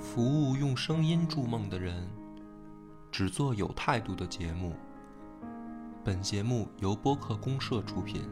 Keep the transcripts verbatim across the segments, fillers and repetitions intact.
服务用声音筑梦的人，只做有态度的节目。本节目由播客公社出品。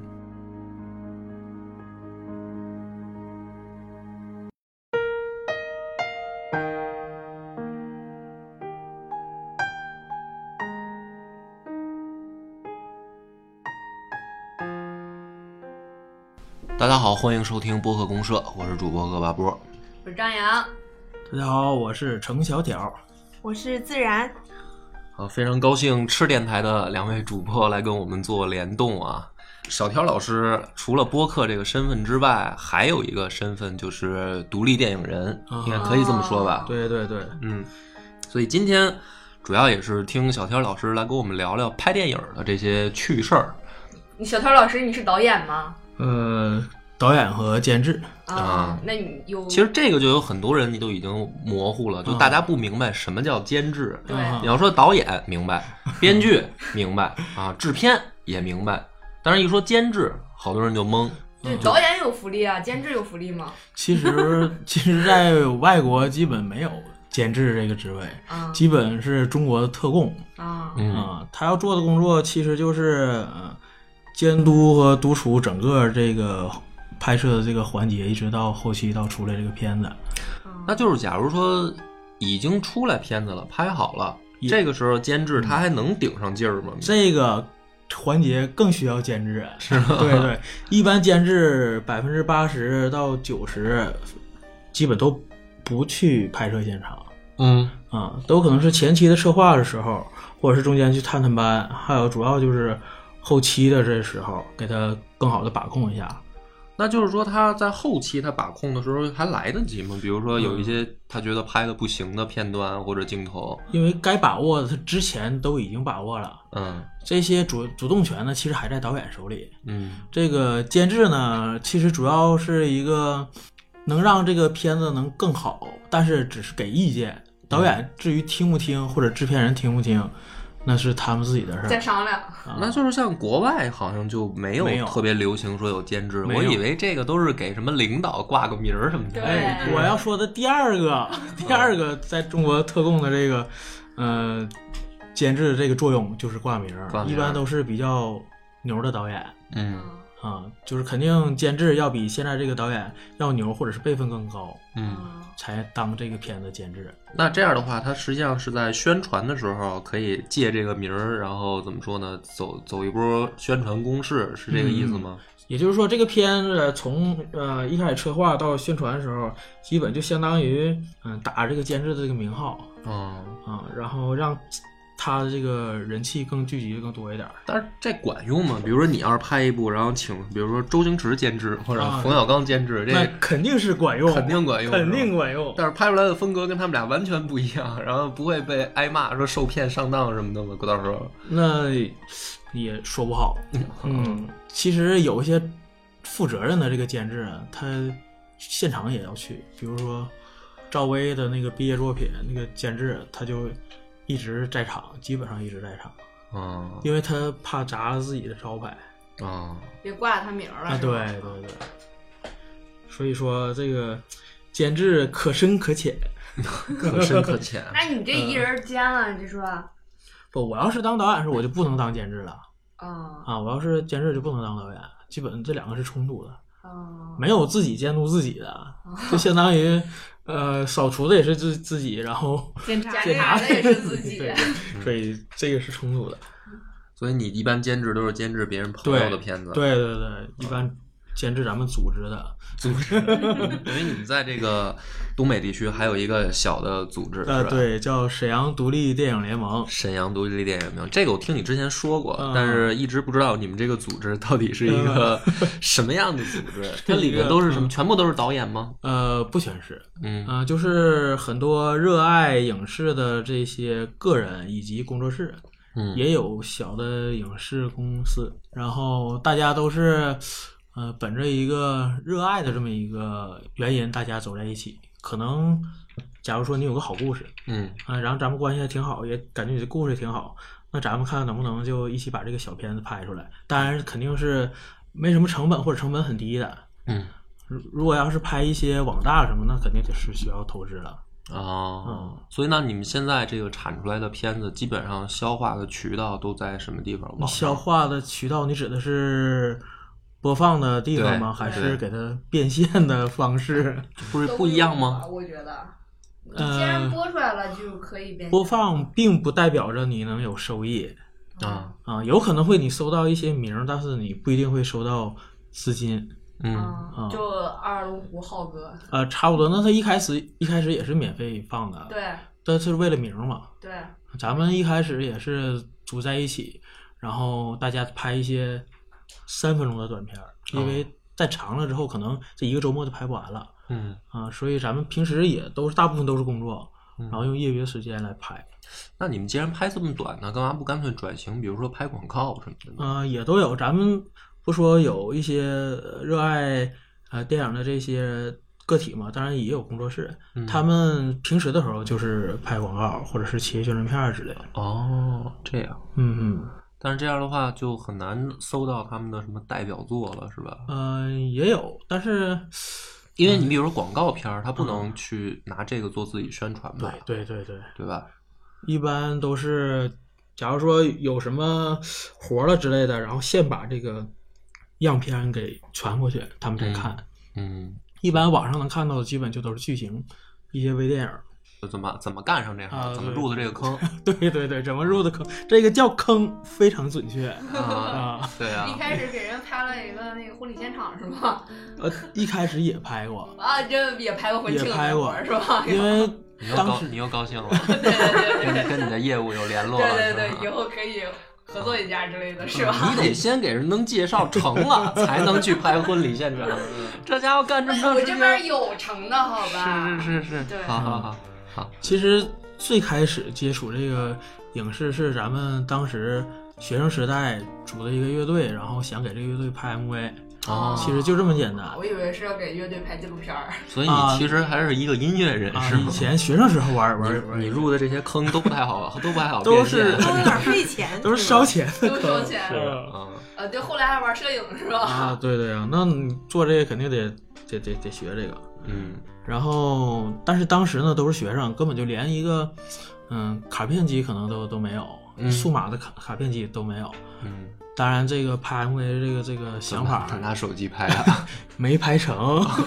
大家好，欢迎收听播客公社，我是主播恶霸波， 我是张扬。 大家好，我是程小挑， 我是自然。 啊，非常高兴吃电台的两位主播来跟我们做联动啊。小挑老师除了播客这个身份之外，还有一个身份就是独立电影人， 啊、 应该可以这么说吧？ 对对对， 嗯，所以今天主要也是听小挑老师来跟我们聊聊拍电影的这些趣事儿。 小挑老师，你是导演吗？ 呃，导演和监制啊、 啊， 那你有？ 其实这个就有很多人你都已经模糊了，就大家不明白什么叫监制。 对， 你要说导演明白，编剧明白啊，制片也明白，但是一说监制，好多人就懵。 对，导演有福利啊，监制有福利吗？ 其实，其实，在外国基本没有监制这个职位， 啊、 基本是中国的特供啊。 嗯、 啊，他要做的工作其实就是呃监督和督促整个这个拍摄的这个环节，一直到后期到出来这个片子。 那就是假如说已经出来片子了，拍好了，这个时候监制他还能顶上劲儿吗？ 这个环节更需要监制，是吧？对对，一般监制百分之八十到九十，基本都不去拍摄现场。 嗯啊，都可能是前期的策划的时候，或者是中间去探探班，还有主要就是后期的这时候，给他更好的把控一下。 那就是说他在后期他把控的时候还来得及吗？比如说有一些他觉得拍的不行的片段或者镜头， 因为该把握的他之前都已经把握了， 嗯， 这些主主动权呢其实还在导演手里。 嗯， 这个监制呢其实主要是一个能让这个片子能更好，但是只是给意见。导演至于听不听或者制片人听不听，那是他们自己的事儿， 再商量。 啊、那就是像国外好像就没有特别流行说有监制，我以为这个都是给什么领导挂个名儿什么的。 哎，我要说的第二个，第二个在中国特供的这个，呃，监制的这个作用就是挂名儿，一般都是比较牛的导演。 嗯。 啊，就是肯定监制要比现在这个导演要牛，或者是辈分更高， 嗯， 才当这个片子监制。 那这样的话，他实际上是在宣传的时候可以借这个名儿，然后怎么说呢？走走一波宣传攻势，是这个意思吗？ 嗯、也就是说，这个片子从呃一开始策划到宣传的时候，基本就相当于嗯打这个监制的这个名号， 哦啊，然后让他的这个人气更聚集的更多一点。 但是这管用吗？比如说你要是拍一部，然后请比如说周星驰监制或者冯小刚监制，啊、这那肯定是管用， 肯定管用， 肯定管用。 但是拍出来的风格跟他们俩完全不一样，然后不会被挨骂说受骗上当什么的吗？到时候那也说不好。嗯，其实有一些负责任的这个监制啊，他现场也要去，比如说赵薇的那个毕业作品，那个监制他就一直在场，基本上一直在场， 嗯， 因为他怕砸了自己的招牌， 啊， 别挂他名了。 啊，对对对，所以说这个监制可深可浅， 可深可浅。 那你这一人监了，你这说？ 不，我要是当导演时，我就不能当监制了。 啊啊，我要是监制就不能当导演，基本这两个是冲突的。 啊， 没有自己监督自己的，就相当于。呃，扫除的也是自自己，然后检查检查的也是自己， 对，所以这个是冲突的。 所以你一般监制都是监制别人朋友的片子， 对对对对，一般监制咱们组织的组织，因为你们在这个东北地区还有一个小的组织， 呃，对，叫沈阳独立电影联盟。 沈阳独立电影联盟，这个我听你之前说过，嗯、但是一直不知道你们这个组织到底是一个什么样的组织。它里面都是什么？全部都是导演吗？ 呃，不全是， 嗯啊、呃，就是很多热爱影视的这些个人以及工作室。 嗯， 也有小的影视公司，然后大家都是呃本着一个热爱的这么一个原因，大家走在一起。可能假如说你有个好故事， 嗯啊、呃，然后咱们关系还挺好，也感觉你的故事也挺好，那咱们看能不能就一起把这个小片子拍出来。当然肯定是没什么成本或者成本很低的。 嗯， 如果要是拍一些网大什么，那肯定就是需要投资了。 哦、 嗯， 所以呢，你们现在这个产出来的片子，基本上消化的渠道都在什么地方？ 你消化的渠道，你指的是播放的地方吗？还是给它变现的方式？ 不是不一样吗？ 我觉得， 呃， 既然播出来了，就可以变现。 播放并不代表着你能有收益啊啊，有可能会你收到一些名，但是你不一定会收到资金。 嗯， 嗯，就二龙湖浩哥， 呃，差不多。那他一开始一开始也是免费放的， 对， 但是为了名嘛。 对， 咱们一开始也是组在一起，然后大家拍一些三分钟的短片，因为再长了之后，可能这一个周末就拍不完了。 嗯啊，所以咱们平时也都是大部分都是工作，然后用业余的时间来拍。 那你们既然拍这么短呢，干嘛不干脆转型，比如说拍广告什么的呢？ 啊、呃，也都有。咱们不说有一些热爱呃电影的这些个体嘛，当然也有工作室， 嗯、 他们平时的时候就是拍广告或者是切宣传片之类的。 哦，这样， 嗯嗯。 但是这样的话就很难搜到他们的什么代表作了，是吧？ 嗯、呃，也有，但是因为你比如说广告片，他不能去拿这个做自己宣传吧？ 对对对对， 对吧？ 一般都是，假如说有什么活了之类的，然后先把这个样片给传过去，他们再看。 嗯，嗯一般网上能看到的基本就都是剧情，一些微电影。 怎么怎么干上这行、 啊？ 怎么入的这个坑？ 对对对，怎么入的坑？这个叫坑，非常准确啊！啊对啊， 一开始给人拍了一个那个婚礼现场是吗？ 呃，一开始也拍过啊，这也拍过婚庆， 也拍过是吧？ 因为你又高你又高兴了， 对对对对，跟跟你的业务有联络了， 对对对，以后可以合作一下之类的，是吧？ 你得先给人能介绍成了，才能去拍婚礼现场。这家伙干这么长时间， 我这边有成的，好吧？ 是是是是， 对， 好好好好。 其实最开始接触这个影视是咱们当时学生时代组的一个乐队，然后想给这个乐队拍 M V。 哦， 其实就这么简单。 我以为是要给乐队拍纪录片儿。 所以你其实还是一个音乐人， 啊、 是吗？ 以前学生时候玩玩玩， 你入的这些坑都不太好，都不太好， 都是都有点费钱， 都是烧钱的坑，都烧钱。 是啊， 呃，对，后来还玩摄影是吧？ 啊，对对啊，那你做这个肯定得得得得学这个， 嗯。 然后，但是当时呢都是学生，根本就连一个嗯卡片机可能都都没有， 嗯、 数码的卡卡片机都没有。 嗯。 当然，这个拍 M V 这个这个想法， 拿手机拍啊， 没拍成。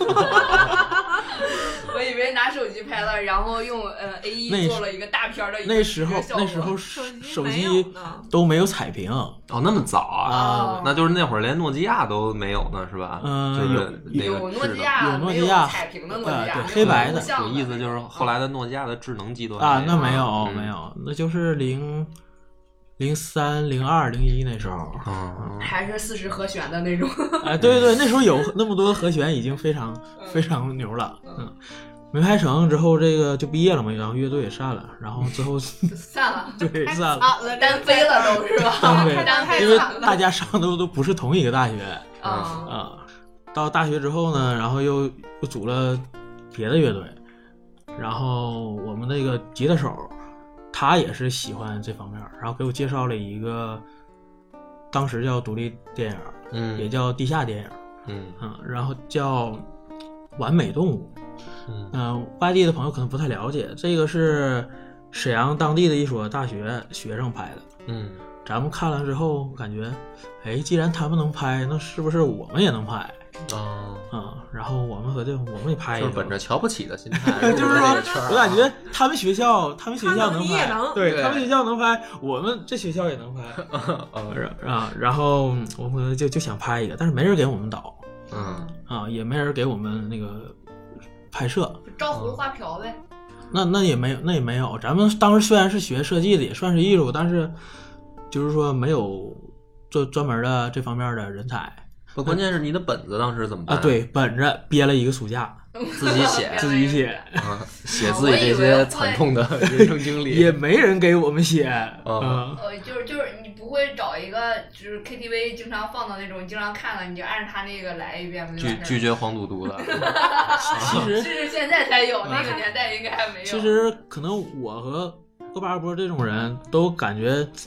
我以为拿手机拍了，然后用呃 A 一做了一个大片的一个那时候那时候手机都没有彩屏哦，那么早啊？ 啊那就是那会儿连诺基亚都没有呢，是吧？ 嗯， 就是那个有诺基亚， 有诺基亚彩屏的诺基亚， 黑白的。 有意思就是后来的诺基亚的智能机都啊，那没有嗯没有，那就是零。零三、零二、零一那时候， 嗯， 还是四十和弦的那种。 哎，对对对，那时候有那么多和弦，已经非常非常牛了。嗯，没拍成之后，这个就毕业了嘛，然后乐队也散了，然后之后散了， 对，散了， 单飞了都是吧？ 单飞，因为大家上的都都不是同一个大学啊啊。到大学之后呢，然后又又组了别的乐队，然后我们那个吉他手。他也是喜欢这方面，然后给我介绍了一个，当时叫独立电影， 嗯， 也叫地下电影， 嗯嗯，然后叫完美动物， 嗯、 呃，外地的朋友可能不太了解，这个是沈阳当地的一所大学学生拍的， 嗯， 咱们看了之后感觉，哎，既然他们能拍，那是不是我们也能拍？ 啊、 嗯，然后我们合计，我们也拍一个， 就是本着瞧不起的心态， 就是说，我感觉他们学校，他们学校能拍， 能对, 对他们学校能拍，我们这学校也能拍，啊，然后我们就就想拍一个，但是没人给我们导， 嗯啊，也没人给我们那个拍摄， 照葫芦画瓢呗。 那那也没有，那也没有，咱们当时虽然是学设计的，也算是艺术，但是就是说没有做专门的这方面的人才。 不，关键是你的本子当时怎么办啊？对，本着憋了一个暑假， 自己写， 自己写啊，写自己这些惨痛的人生经历， 也没人给我们写。 嗯， 呃，就是就是你不会找一个就是 K T V 经常放的那种，你经常看的，你就按着他那个来一遍。 拒拒绝黄赌毒的。 其实这是现在才有，那个年代应该还没有。 其实可能我和戈巴尔波这种人都感觉。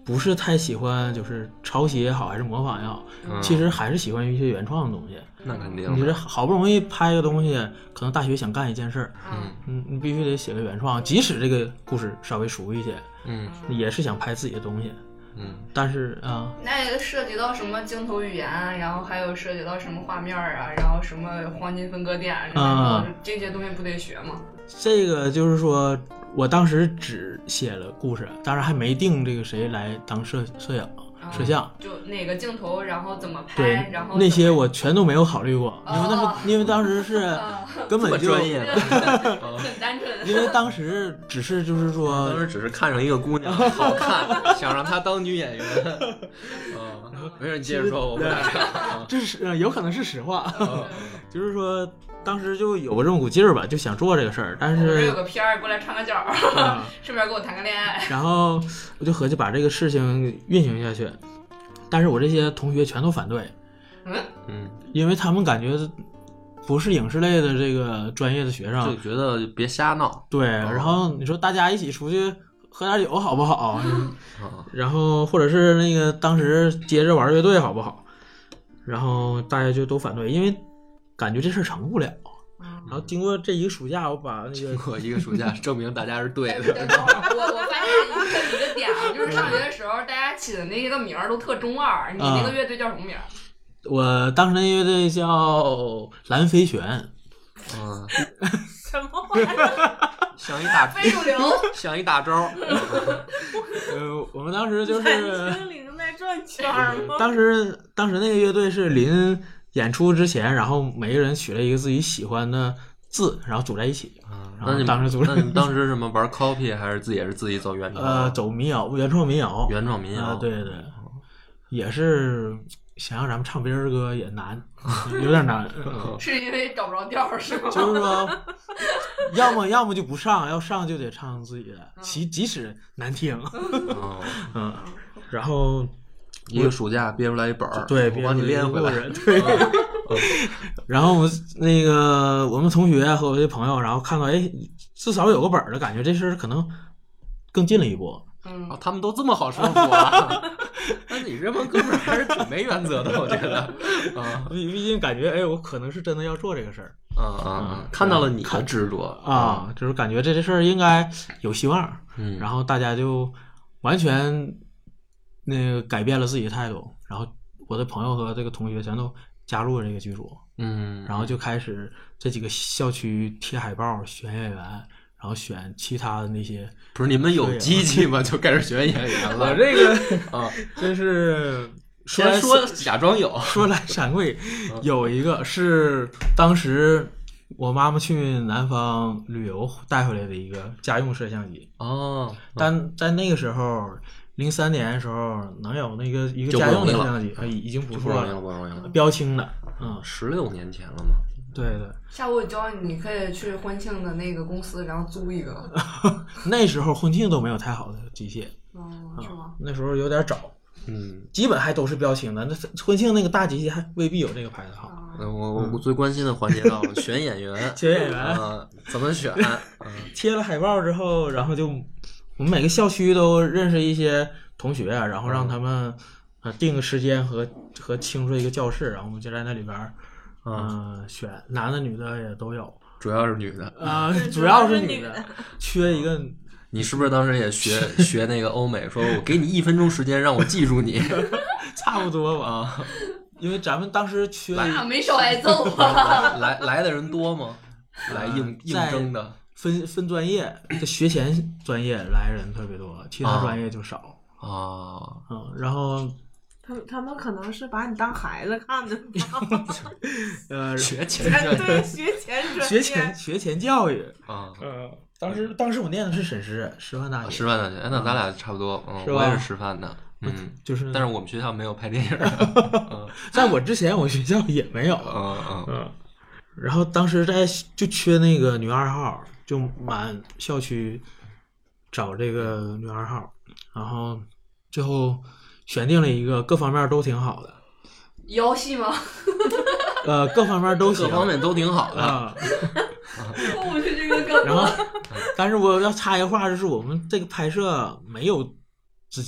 不是太喜欢就是抄袭也好还是模仿也好， 嗯、 其实还是喜欢一些原创的东西。 那肯定， 你是好不容易拍个东西，可能大学想干一件事儿， 嗯嗯，你必须得写个原创，即使这个故事稍微熟一些， 嗯， 也是想拍自己的东西。 嗯， 但是啊， 那也涉及到什么镜头语言，然后还有涉及到什么画面啊，然后什么黄金分割点，然后这些东西不得学吗？ 这个就是说我当时只写了故事，当然还没定这个谁来当摄摄影、嗯、摄像， 就哪个镜头，然后怎么拍， 对， 然后那些我全都没有考虑过， 哦、 因为那是因为当时是根本就专业的， 很单纯。 因为当时只是就是说， 当时只是看上一个姑娘好看，想让她当女演员。啊、嗯，没事，你接着说，我不打岔。 这是有可能是实话，就是说。当时就有这么股劲儿吧，就想做这个事儿，但是我这有个片儿过来唱个脚，嗯、顺便跟我谈个恋爱。 然后我就合计把这个事情运行下去，但是我这些同学全都反对， 嗯嗯， 因为他们感觉不是影视类的这个专业的学生， 就觉得别瞎闹。 对，然后你说大家一起出去喝点酒好不好？嗯、然后或者是那个当时接着玩乐队好不好？然后大家就都反对，因为。感觉这事儿成不了，然后经过这一个暑假，我把那个经过一个暑假证明大家是对的。 我我发现一个一个点，就是上学的时候大家起的那个名儿都特中二。你那个乐队叫什么名儿？ 我当时那乐队叫蓝飞旋。 嗯， 什么玩意儿？ 像一大非主流， 像一大招。 呃，我们当时就是精灵在转圈吗？ 当时当时那个乐队是临。演出之前，然后每个人取了一个自己喜欢的字，然后组在一起。 啊， 然后当时组。 那你们当时什么玩 copy 还是自己也是自己走原创？ 呃，走民谣，原创民谣。 原创民谣。 啊，对对，也是想让咱们唱别人歌也难，有点难。 是因为找不着调是吗？ 就是说，要么要么就不上，要上就得唱自己的，即即使难听。 哦、 嗯，然后。 一个暑假憋出来一本儿， 对， 我帮你练回来。 对，然后我那个我们同学和我的朋友，然后看到，哎，至少有个本儿的感觉，这事儿可能更进了一步。 嗯、 哦，他们都这么好说服啊？那你这帮哥们儿还是挺没原则的，我觉得。啊， 毕毕竟感觉，哎，我可能是真的要做这个事儿。 啊啊！看到了你的执着啊，就是感觉这这事儿应该有希望。 嗯， 然后大家就完全。那个改变了自己的态度，然后我的朋友和这个同学全都加入了这个剧组， 嗯， 然后就开始这几个校区贴海报、选演员，然后选其他的那些。 不是你们有机器吗？就开始选演员了。 我这个啊，真是说来说假装有， 说来惭愧，有一个是当时我妈妈去南方旅游带回来的一个家用摄像机哦， 但在那个时候。零三年的时候，能有那个一个家用的摄像机，啊，已经不错了，不容易了， 标清的，嗯， 十六年前了嘛。 对对。 下午我教你，你可以去婚庆的那个公司，然后租一个。 那时候婚庆都没有太好的机械， 哦，是吗？ 那时候有点早， 嗯， 基本还都是标清的。那婚庆那个大机器还未必有这个牌子好。 嗯，我我最关心的环节到了，选演员， 选演员啊，怎么选？ 贴了海报之后，然后就我们每个校区都认识一些。同学啊，然后让他们呃定个时间和和清出一个教室，然后我们就在那里边儿，嗯、呃，选男的女的也都有， 主要是女的啊、呃，主要是女的，缺一个。 你是不是当时也学学那个欧美？说我给你一分钟时间让我记住你， 差不多吧？因为咱们当时缺， 没少挨揍啊。 来来的人多吗？来应应征的。 分分专业，这学前专业来人特别多，其他专业就少。 啊， 嗯，然后他们他们可能是把你当孩子看的， 呃， 学前对学前专业学前学前教育啊， 呃，当时当时我念的是沈师师范大学， 师范大学，哎，那咱俩差不多，嗯，我也是师范的，嗯， 就是， 但是我们学校没有拍电影， 在我之前我学校也没有， 嗯嗯嗯，然后当时在就缺那个女二号，就满校区找这个女二号。然后最后选定了一个各方面都挺好的， 腰细吗？ 呃，各方面都行， 各方面都挺好的。 啊、 过不去这个梗。 然后，但是我要插一个话，就是我们这个拍摄没有资金，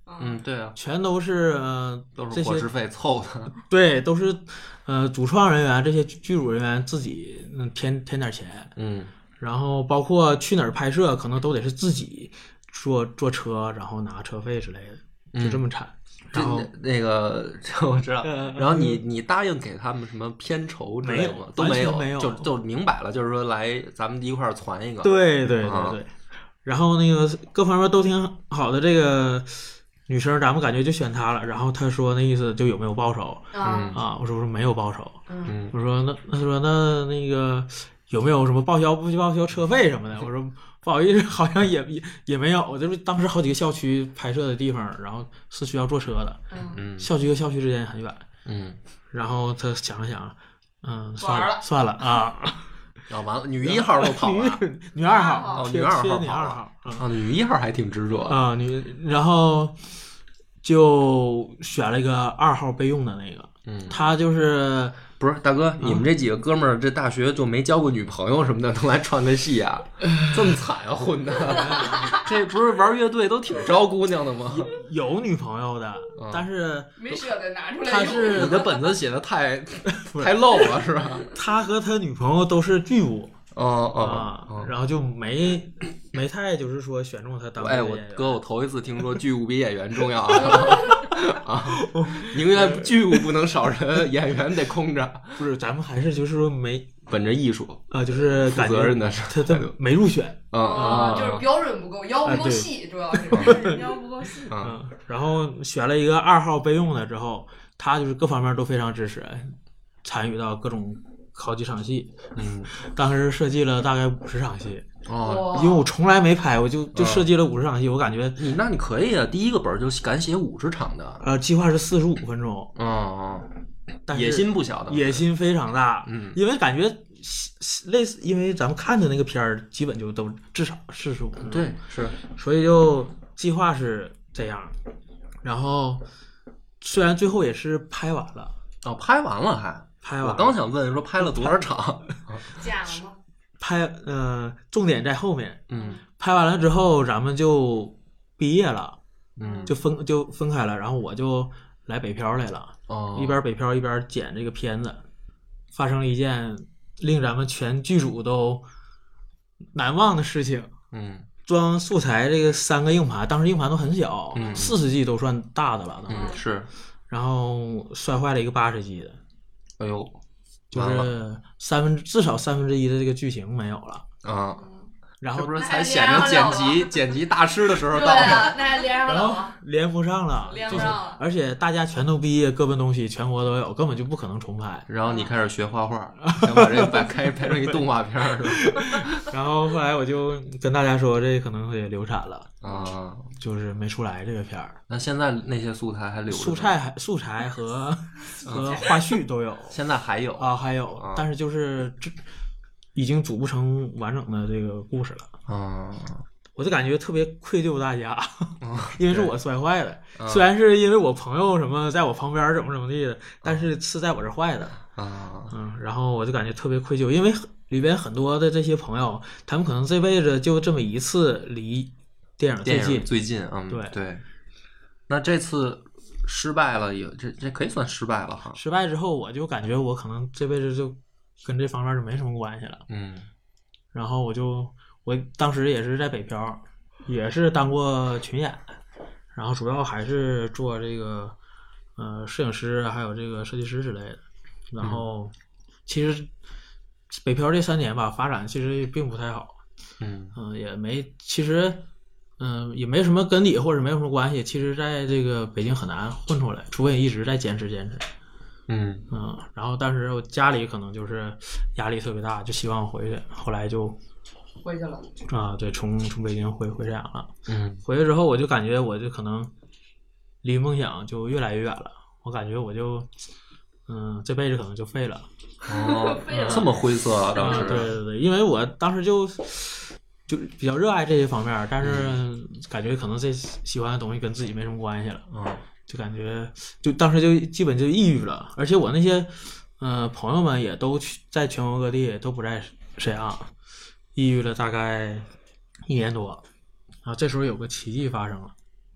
嗯，对啊， 全都是呃都是伙食费凑的。 对，都是呃主创人员这些剧组人员自己嗯添添点钱， 嗯， 然后包括去哪儿拍摄，可能都得是自己坐坐车，然后拿车费之类的，就这么惨。 这然后那个我知道， 呃然后你你答应给他们什么片酬之类的吗？ 没有都没有， 完全没有就就明摆了，就是说来咱们一块儿传一个。 对对对啊对，然后那个各方面都挺好的，这个女生咱们感觉就选她了。然后她说那意思就有没有报酬啊啊？我说我说没有报酬。 嗯我说那他说那那个有没有什么报销不报销车费什么的？我说不好意思，好像也也也没有。就是当时好几个校区拍摄的地方，然后是需要坐车的， 嗯嗯校区和校区之间很远。 嗯， 然后他想了想，嗯，算完了算了啊， 然后完了，女一号都跑了。 女女二号， 哦， 缺女二缺女二号跑了号嗯啊，女一号还挺执着。 啊，女，然后就选了一个二号备用的那个， 嗯， 他就是不是大哥，你们这几个哥们儿这大学就没交过女朋友什么的，能来串个戏啊？这么惨啊，混的！这不是玩乐队都挺招姑娘的吗？ 有女朋友的， 嗯但是没舍得拿出来用。 他是你的本子写的太太露了，是吧？ 他和他女朋友都是剧务哦哦啊， 哦。 然后就没没太就是说选中他当哎，我这个演员哥，我头一次听说剧务比演员重要啊！啊，宁愿剧务不能少人，演员得空着。 不是，咱们还是就是说没本着艺术， 啊，就是负感觉责任的是他他没入选， 嗯啊， 嗯就是标准不够，腰不哎对够细，主要是腰不够细。 嗯嗯，然后选了一个二号备用的之后，他就是各方面都非常支持，参与到各种好几场戏， 嗯当时设计了大概五十场戏， 哦， 哇因为我从来没拍，我就就嗯设计了五十场戏，我感觉你那你可以啊，第一个本儿就敢写五十场的， 呃计划是四十五分钟， 嗯但是嗯，野心不小的， 野心非常大， 嗯因为感觉类似，因为咱们看的那个片儿基本就都至少四十五分钟， 对，是， 所以就计划是这样，然后虽然最后也是拍完了， 哦，拍完了还， 拍完了我刚想问说拍了多少场， 假了吗？ 拍呃重点在后面， 嗯拍完了之后咱们就毕业了， 嗯， 就分就分开了，然后我就来北漂来了， 哦， 一边北漂一边剪这个片子，发生了一件令咱们全剧组都难忘的事情。 嗯装素材这个三个硬盘，当时硬盘都很小， 嗯四十 G 都算大的了，当时嗯是， 然后摔坏了一个八十 G 的， 哎呦， 就完了是三分至少三分之一的这个剧情没有了。 啊， 然后这不是那还才显着剪辑剪辑大师的时候到了， 对啊，那还连上然后了吗？ 连不上了， 连就是不上了而且大家全都毕业，各奔东西，全国都有，根本就不可能重拍。 然后你开始学画画，想把这拍开拍成一动画片儿是吧？ 然后后来我就跟大家说，这可能会流产了， 啊， 就是没出来这个片儿。 那现在那些素材还留着吗？ 素材还素材和和花絮都有现在还有啊，还有啊， 但是就是这已经组不成完整的这个故事了。 啊， 我就感觉特别愧疚大家， 啊因为是我摔坏的。 嗯虽然是因为我朋友什么在我旁边怎么怎么地的，但是是在我这坏的。 啊， 嗯，然后我就感觉特别愧疚，因为里边很多的这些朋友，他们可能这辈子就这么一次离电影最近电影。最近，嗯， 对对。那这次失败了，也这这可以算失败了哈。 失败之后，我就感觉我可能这辈子就跟这方面就没什么关系了。 嗯然后我就我当时也是在北漂，也是当过群演，然后主要还是做这个呃摄影师还有这个设计师之类的。然后其实北漂这三年吧，发展其实并不太好， 嗯嗯、也没其实嗯、也没什么根底或者没有什么关系。其实在这个北京很难混出来，除非你一直在坚持坚持。 嗯嗯，然后但是我家里可能就是压力特别大，就希望我回去，后来就回去了。 啊，对，从从北京回回沈阳了。 嗯回去之后，我就感觉我就可能离梦想就越来越远了。我感觉我就嗯，这辈子可能就废了。 哦，这么灰色啊，当啊， 时对对对，因为我当时就就比较热爱这些方面，但是感觉可能这喜欢的东西跟自己没什么关系了。 嗯就感觉就当时就基本就抑郁了，而且我那些呃朋友们也都去在全国各地，都不在沈阳，抑郁了大概一年多。然后这时候有个奇迹发生了，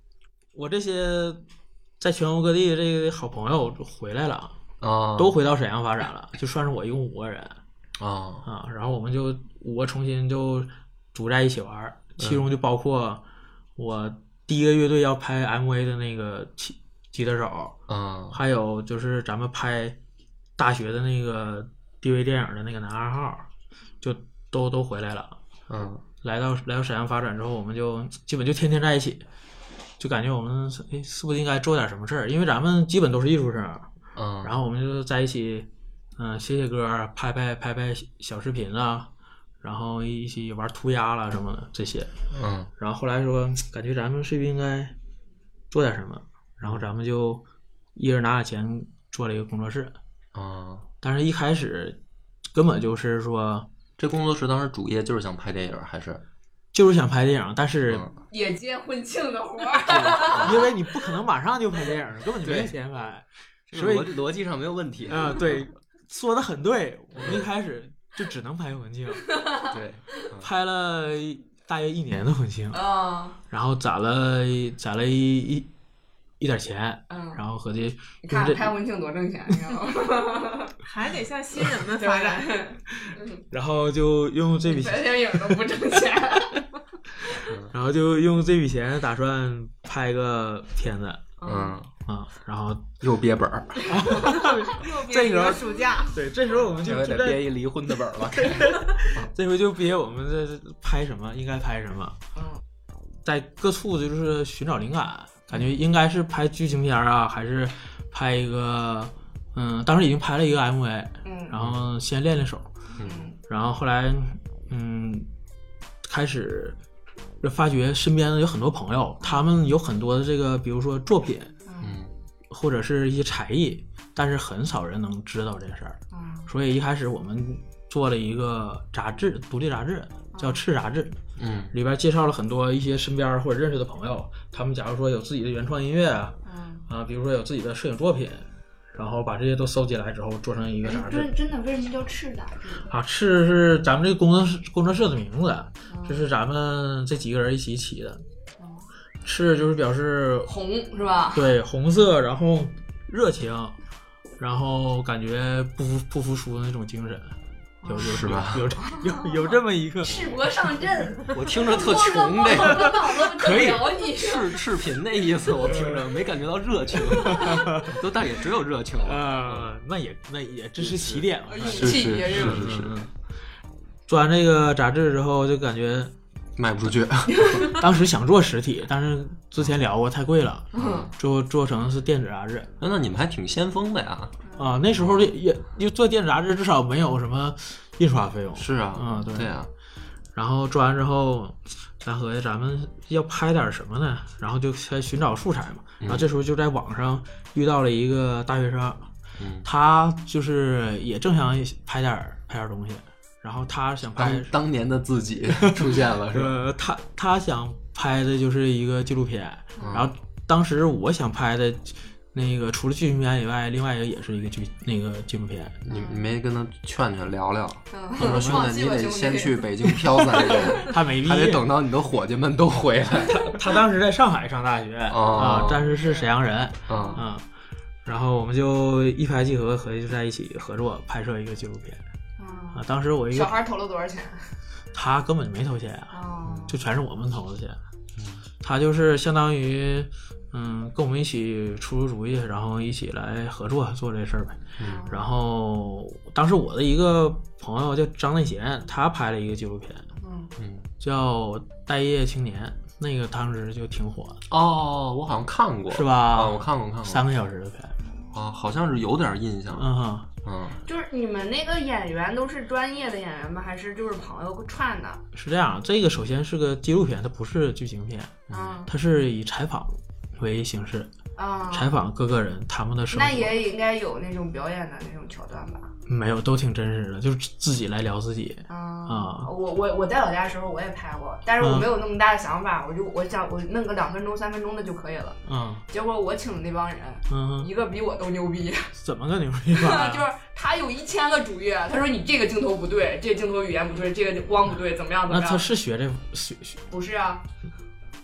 我这些在全国各地这个好朋友回来了啊， 都回到沈阳发展了，就算是我一共五个人啊啊，然后我们就五个重新就组在一起玩，其中就包括我第一个乐队要拍 M V 的那个吉吉他手， 嗯， 还有就是咱们拍大学的那个 D V 电影的那个男二号，就都都回来了。 嗯， 来到来到沈阳发展之后，我们就基本就天天在一起，就感觉我们哎是不是应该做点什么事儿？因为咱们基本都是艺术生， 嗯， 然后我们就在一起，嗯、呃，写写歌，拍拍拍拍小视频啊，然后一起玩涂鸦啦什么的这些。 嗯， 然后后来说，感觉咱们是不是应该做点什么？然后咱们就一人拿点钱做了一个工作室。 啊， 但是一开始根本就是说， 这工作室当时主业就是想拍电影，还是就是想拍电影，但是、 嗯、 也接婚庆的活儿， 因为你不可能马上就拍电影，根本就没钱拍，所以逻辑逻辑上没有问题啊、呃。对，说的很对，我们一开始就只能拍婚庆， 对， 嗯、拍了大约一年的婚庆啊、嗯， 然后攒了攒了一一。一点钱， 嗯， 然后合计， 你看拍婚庆多挣钱，你知道吗？ 还得向新人们发展， 然后就用这笔钱， 拍电影都不挣钱， 然后就用这笔钱打算拍个片子， 嗯啊，然后又憋本儿， 这时候暑假， 对，这时候我们就就得憋一离婚的本了， 这回就憋我们这拍什么，应该拍什么， 嗯， 在各处就是寻找灵感。感觉应该是拍剧情片啊，还是拍一个，嗯，当时已经拍了一个 M V， 嗯， 然后先练练手， 嗯， 然后后来，嗯，开始发觉身边有很多朋友，他们有很多的这个，比如说作品， 嗯， 或者是一些才艺，但是很少人能知道这事儿， 嗯， 所以一开始我们做了一个杂志，独立杂志，叫《赤杂志》。 嗯， 里边介绍了很多一些身边或者认识的朋友，他们假如说有自己的原创音乐啊， 嗯啊，比如说有自己的摄影作品，然后把这些都收集来之后做成一个杂志。 真真的，为什么叫赤杂志？ 啊，赤是咱们这个工作室工作室的名字，这、嗯、是咱们这几个人一起起的。 嗯、 赤就是表示红是吧？ 对，红色，然后热情，然后感觉不服不服输的那种精神。有有是吧？ 有有有这么一个赤膊上阵， 我听着特穷，这个可以赤赤贫那意思，我听着没感觉到热情，都但也只有热情了啊、呃，那也那也这是起点了， 勇气也是是是。 做完这个杂志之后，就感觉卖不出去。 当时想做实体，但是之前聊过太贵了， 嗯， 做做成是电子杂志。 那那你们还挺先锋的呀。 啊，那时候也也做电子杂志，至少没有什么印刷费用。 是啊， 嗯，对对啊。 然后做完之后，咱合计咱们要拍点什么呢？然后就先寻找素材嘛。 嗯、 然后这时候就在网上遇到了一个大学生， 嗯， 他就是也正想拍点拍点东西，然后他想拍当, 当年的自己出现了，是吧？ 呃，他他想拍的就是一个纪录片， 嗯、 然后当时我想拍的。那个除了剧情片以外，另外一个也是一个剧那个纪录片。 你你没跟他劝劝聊聊？ 嗯， 说兄弟，你得先去北京漂三年， 他没毕业， 还得等到你的伙计们都回来。 他他当时在上海上大学啊、 哦呃，但是是沈阳人啊、 嗯嗯，然后我们就一拍即合，合计就在一起合作拍摄一个纪录片。啊、呃，当时我一个小孩投了多少钱？ 他根本就没投钱啊、哦， 就全是我们投的钱。他就是相当于。嗯，跟我们一起出出主意，然后一起来合作做这事儿呗。 嗯， 然后当时我的一个朋友叫张内贤，他拍了一个纪录片， 嗯嗯， 叫《待业青年》，那个当时就挺火的。 哦，我好像看过， 是吧？ 啊，我看过，看过， 三个小时的片。 啊，好像是有点印象。 嗯哼， 嗯， 就是你们那个演员都是专业的演员吗？还是就是朋友串的？ 是这样，这个首先是个纪录片，它不是剧情片， 嗯， 它是以采访为形式， 啊、 嗯，采访各个人他们的生活。 那也应该有那种表演的那种桥段吧？ 没有，都挺真实的，就是自己来聊自己。 啊、 嗯嗯，我我我在老家的时候我也拍过，但是我没有那么大的想法，嗯、我就我想我弄个两分钟、三分钟的就可以了。 嗯， 结果我请的那帮人， 嗯， 一个比我都牛逼。 怎么个牛逼法？ 就是他有一千个主页，他说你这个镜头不对，这个镜头语言不对，这个光不对，怎么样怎么样？ 那他是学这学学？ 不是啊。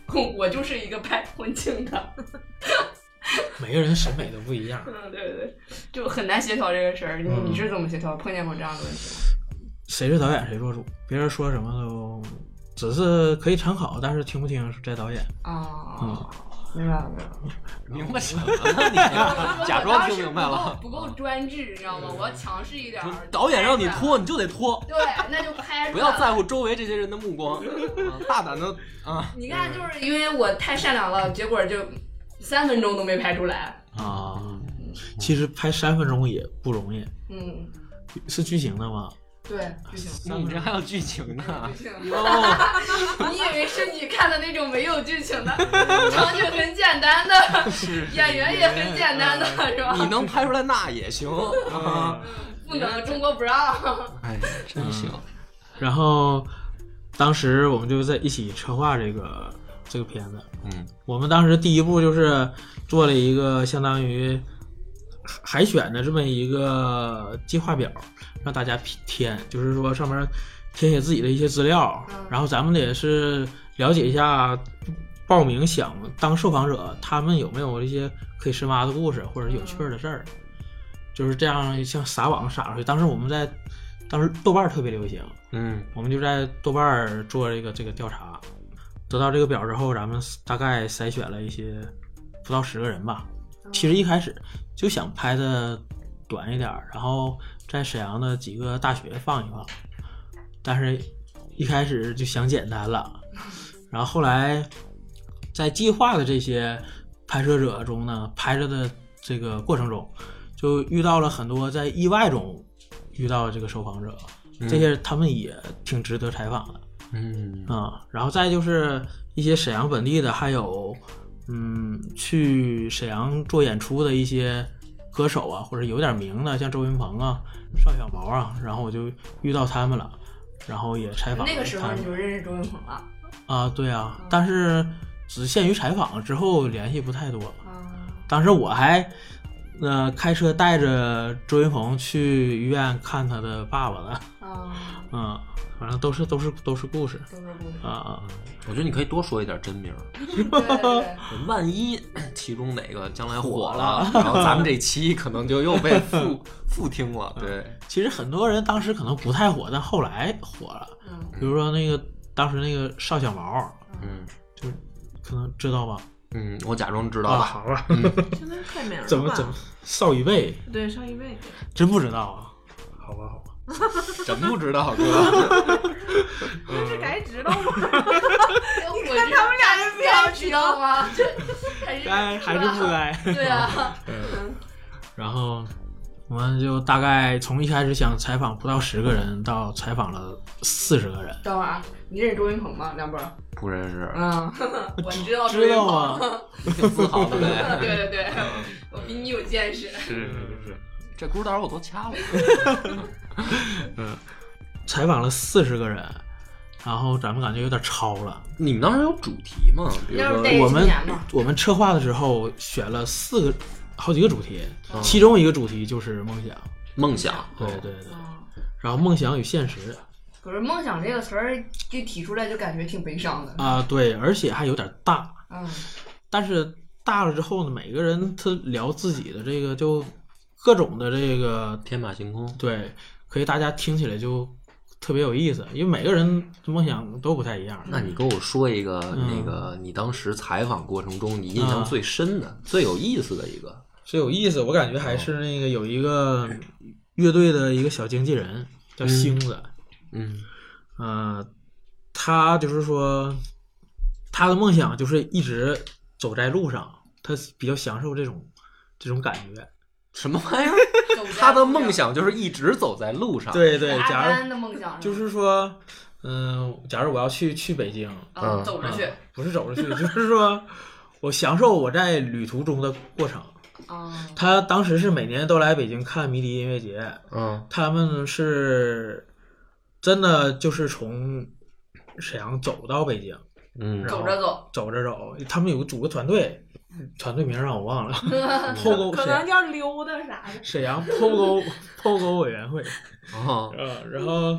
我就是一个拍婚庆的。 每个人审美都不一样。 嗯，对对对，就很难协调这个事儿。你、 嗯、 你是怎么协调？碰见过这样的问题吗？ 谁是导演谁做主，别人说什么都只是可以参考，但是听不听是在导演。 啊， 嗯， 明白了， 明白什么呢？你假装听明白了， 不够专制，你知道吗？我要强势一点。 导演让你拖，你就得拖。 对，那就拍。 不要在乎周围这些人的目光，啊、大胆的啊！ 你看，就是因为我太善良了，结果就三分钟都没拍出来啊。其实拍三分钟也不容易。 嗯， 是剧情的吗？ 对，剧情。 你这还有剧情呢？ 剧情哦，你以为是你看的那种没有剧情的，场景很简单的，演员也很简单的，是吧？ 你能拍出来那也行啊， 不能，中国不让。 哎，真行。 然后当时我们就在一起策划这个这个片子。 嗯， 我们当时第一步就是做了一个相当于海选的这么一个计划表，让大家填，就是说上面填写自己的一些资料，然后咱们也是了解一下报名想当受访者他们有没有一些可以深挖的故事或者有趣的事儿，就是这样像撒网撒出去。当时我们在当时豆瓣特别流行， 嗯， 我们就在豆瓣做这个这个调查，得到这个表之后，咱们大概筛选了一些不到十个人吧。其实一开始就想拍的短一点，然后在沈阳的几个大学放一放，但是一开始就想简单了，然后后来在计划的这些拍摄者中呢，拍摄的这个过程中就遇到了很多在意外中遇到这个受访者， 嗯、 这些他们也挺值得采访的。 嗯啊，然后再就是一些沈阳本地的，还有嗯去沈阳做演出的一些歌手啊，或者有点名的，像周云鹏啊、邵小毛啊，然后我就遇到他们了，然后也采访。 那个时候你就认识周云鹏了？ 啊，对啊，但是只限于采访，之后联系不太多。 啊， 当时我还呃开车带着周云鹏去医院看他的爸爸呢。 啊， 嗯。反正都是都是都是故事， 都是故事啊！ 我觉得你可以多说一点真名， 对对对， 万一其中哪个将来火了，然后咱们这期可能就又被复复听了。对， 其实很多人当时可能不太火，但后来火了。 嗯， 比如说那个当时那个邵小毛， 嗯， 就是可能知道吧？ 嗯，我假装知道吧。 好吧， 现在太名了吧？ 怎么怎么邵一贝？ 对，邵一贝， 真不知道啊。好吧，好吧。 真不知道哥， 这是该知道吗？你看他们俩的表情知道吗？ 该还是不该？ 对啊。 嗯。然后我们就大概从一开始想采访不到十个人，到采访了四十个人。 等会儿啊，你认识周云鹏吗？梁波？ 不认识。 嗯，我知道周云鹏啊， 挺自豪的呗。 对对对，我比你有见识。 是是是。这轱辘我都掐了。 嗯，采访了四十个人，然后咱们感觉有点超了。 你们当时有主题吗？比如说我们我们策划的时候选了四个好几个主题，嗯、其中一个主题就是梦想。 梦想， 对对对。嗯、然后梦想与现实。 可是梦想这个词儿就提出来就感觉挺悲伤的啊、呃，对，而且还有点大。 嗯。 但是大了之后呢，每个人他聊自己的这个就。各种的这个天马行空， 对，可以大家听起来就特别有意思，因为每个人梦想都不太一样。 那你跟我说一个、 嗯、 那个你当时采访过程中你印象最深的、嗯、最有意思的一个。 最有意思，我感觉还是那个有一个乐队的一个小经纪人叫星子， 嗯， 呃，他就是说他的梦想就是一直走在路上，他比较享受这种这种感觉。 什么玩意儿？他的梦想就是一直走在路上。 对对，假如阿甘的梦想就是说，嗯、呃，假如我要去去北京， 嗯，走着去、嗯， 不是走着去，就是说我享受我在旅途中的过程。 哦、嗯， 他当时是每年都来北京看迷笛音乐节， 嗯， 他们是真的就是从沈阳走到北京， 嗯， 走着走， 走着走，他们有个组个团队。团队名让我忘了，破沟可能叫溜达啥的。 沈阳破沟破沟委员会哦、 呃，然后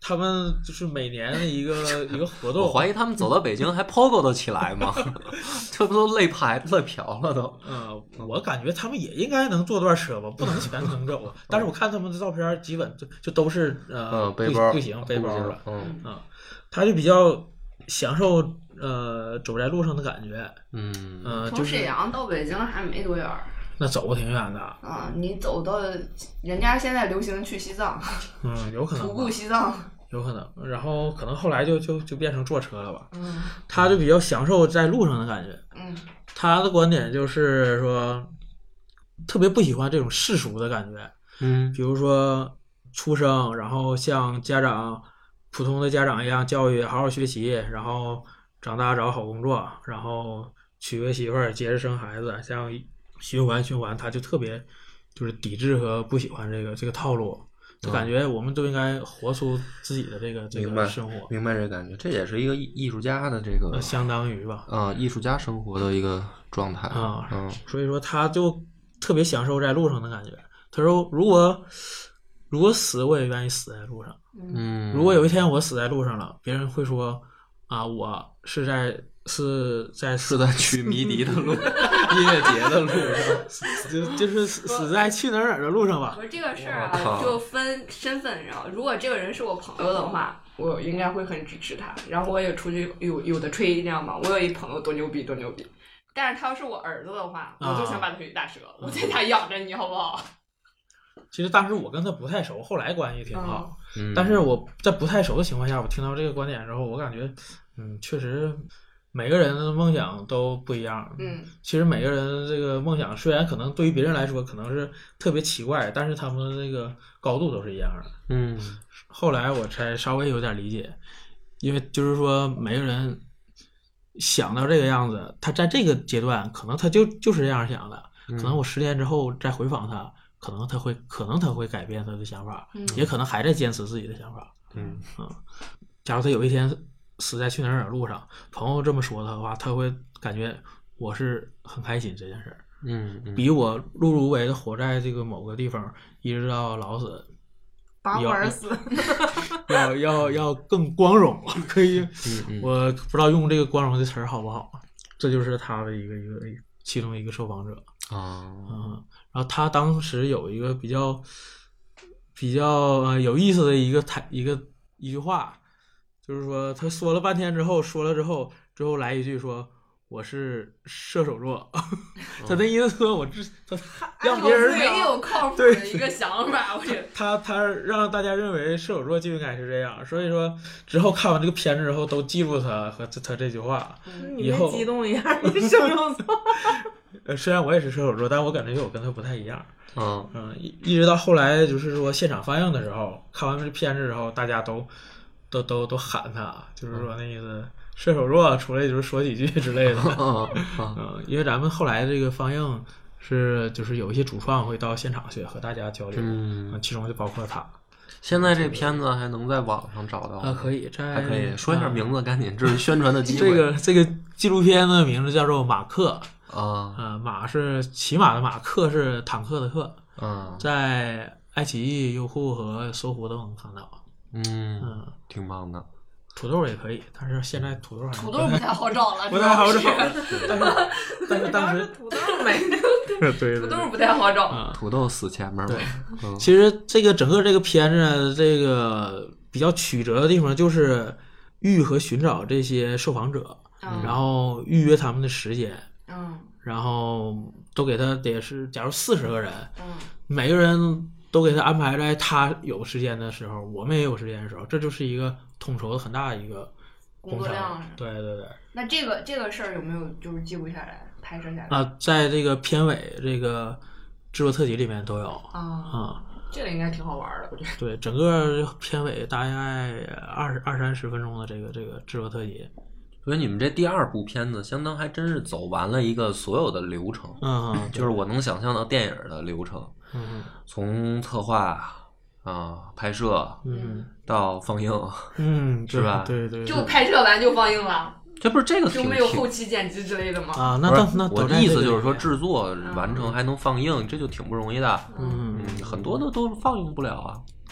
他们就是每年的一个一个活动。 我怀疑他们走到北京还 P O G O 得起来吗？这不都累排累瓢了都。 嗯，我感觉他们也应该能坐段车吧，不能全程走。但是我看他们的照片，基本就就都是呃、 嗯、背包步行背包了。 嗯啊，他就比较享受呃走在路上的感觉。 嗯呃， 从沈阳到北京还没多远。 那走挺远的啊！你走到人家现在流行去西藏， 嗯，有可能徒步西藏， 有可能。然后可能后来就就就变成坐车了吧。 嗯， 他就比较享受在路上的感觉。 嗯， 他的观点就是说，特别不喜欢这种世俗的感觉。 嗯， 比如说出生，然后像家长普通的家长一样教育，好好学习，然后长大找好工作，然后娶个媳妇儿，接着生孩子，像。循环循环，他就特别就是抵制和不喜欢这个这个套路，就感觉我们都应该活出自己的这个这个生活。 明白这个感觉，这也是一个艺艺术家的这个， 相当于吧， 啊、嗯，艺术家生活的一个状态啊， 嗯， 所以说他就特别享受在路上的感觉。他说，如果如果死，我也愿意死在路上。 嗯， 如果有一天我死在路上了，别人会说啊，我是在。是在是在去迷笛的路，音乐节的路上， 就就是死在去哪儿哪儿的路上吧。 不是这个事儿啊，就分身份。然后，如果这个人是我朋友的话，我应该会很支持他。然后我也出去有有的吹这样吧。我有一朋友多牛逼多牛逼，但是他要是我儿子的话，我就想把他推大蛇，啊、我在家养着你好不好？ 其实当时我跟他不太熟，后来关系挺好。 嗯、 但是我在不太熟的情况下，我听到这个观点之后，我感觉，嗯，确实。每个人的梦想都不一样， 嗯， 其实每个人这个梦想虽然可能对于别人来说可能是特别奇怪，但是他们的这个高度都是一样的。 嗯， 后来我才稍微有点理解，因为就是说每个人想到这个样子，他在这个阶段可能他就就是这样想的， 嗯、 可能我十年之后再回访他，可能他会可能他会改变他的想法， 嗯、 也可能还在坚持自己的想法。 嗯啊，假如他有一天。死在去哪儿哪儿路上，朋友这么说的话，他会感觉我是很开心这件事儿， 嗯，嗯比我碌碌无为的活在这个某个地方一直到老死， 把我而死， 要要要更光荣，可以， 嗯嗯、 我不知道用这个光荣的词儿好不好，这就是他的一个一个其中一个受访者啊， 嗯，然后他当时有一个比较比较呃有意思的一个台一个一句话。就是说，他说了半天之后，说了之后，之后来一句说：“我是射手座。哦”他的意思说，我这他让别人没有靠谱的一个想法，我觉得他他让大家认为射手座就应该是这样，所以说之后看完这个片子之后，都记住他和他这句话。 嗯、 以后你激动一下，你射手座。 呃，虽然我也是射手座，但我感觉我跟他不太一样。 嗯嗯，一一直到后来，就是说现场放映的时候，看完这片子之后，大家都。都都都喊他，就是说那意思，射手座出来就是说几句之类的。 嗯， 嗯，因为咱们后来这个放映是就是有一些主创会到现场去和大家交流， 嗯， 其中就包括他。 现在这片子还能在网上找到啊？可以，在还可以说一下名字，赶紧，这是宣传的机会。 这个这个纪录片的名字叫做《马克》 啊， 呃，马是骑马的马，克是坦克的克。 嗯， 在爱奇艺、优酷和搜狐都能看到。 嗯嗯，挺棒的。 土豆也可以，但是现在土豆还土豆不太好找了， 不太好找。但是但是当时土豆没， 对， 土豆不太好找。 嗯、 土豆死前面。 对， 嗯、 其实这个整个这个片子，这个比较曲折的地方就是遇和寻找这些受访者， 嗯、 然后预约他们的时间， 嗯， 然后都给他得是，假如四十个人， 嗯， 每个人。都给他安排在他有时间的时候，我们也有时间的时候，这就是一个统筹很大的一个工作量。 对对对。 那这个这个事儿有没有就是记录下来、拍摄下来？ 啊，在这个片尾这个制作特辑里面都有啊。 啊，这个应该挺好玩的，我觉得。 对，整个片尾大概二十二三十分钟的这个这个制作特辑。 所以你们这第二部片子，相当还真是走完了一个所有的流程。 嗯， 就是我能想象到电影的流程。 嗯， 从策划啊、拍摄， 嗯， 到放映， 嗯， 是吧？ 对对， 就拍摄完就放映了， 这不是这个就没有后期剪辑之类的吗？ 啊，那那那我的意思就是说，制作完成还能放映，这就挺不容易的。 嗯， 很多的都放映不了啊。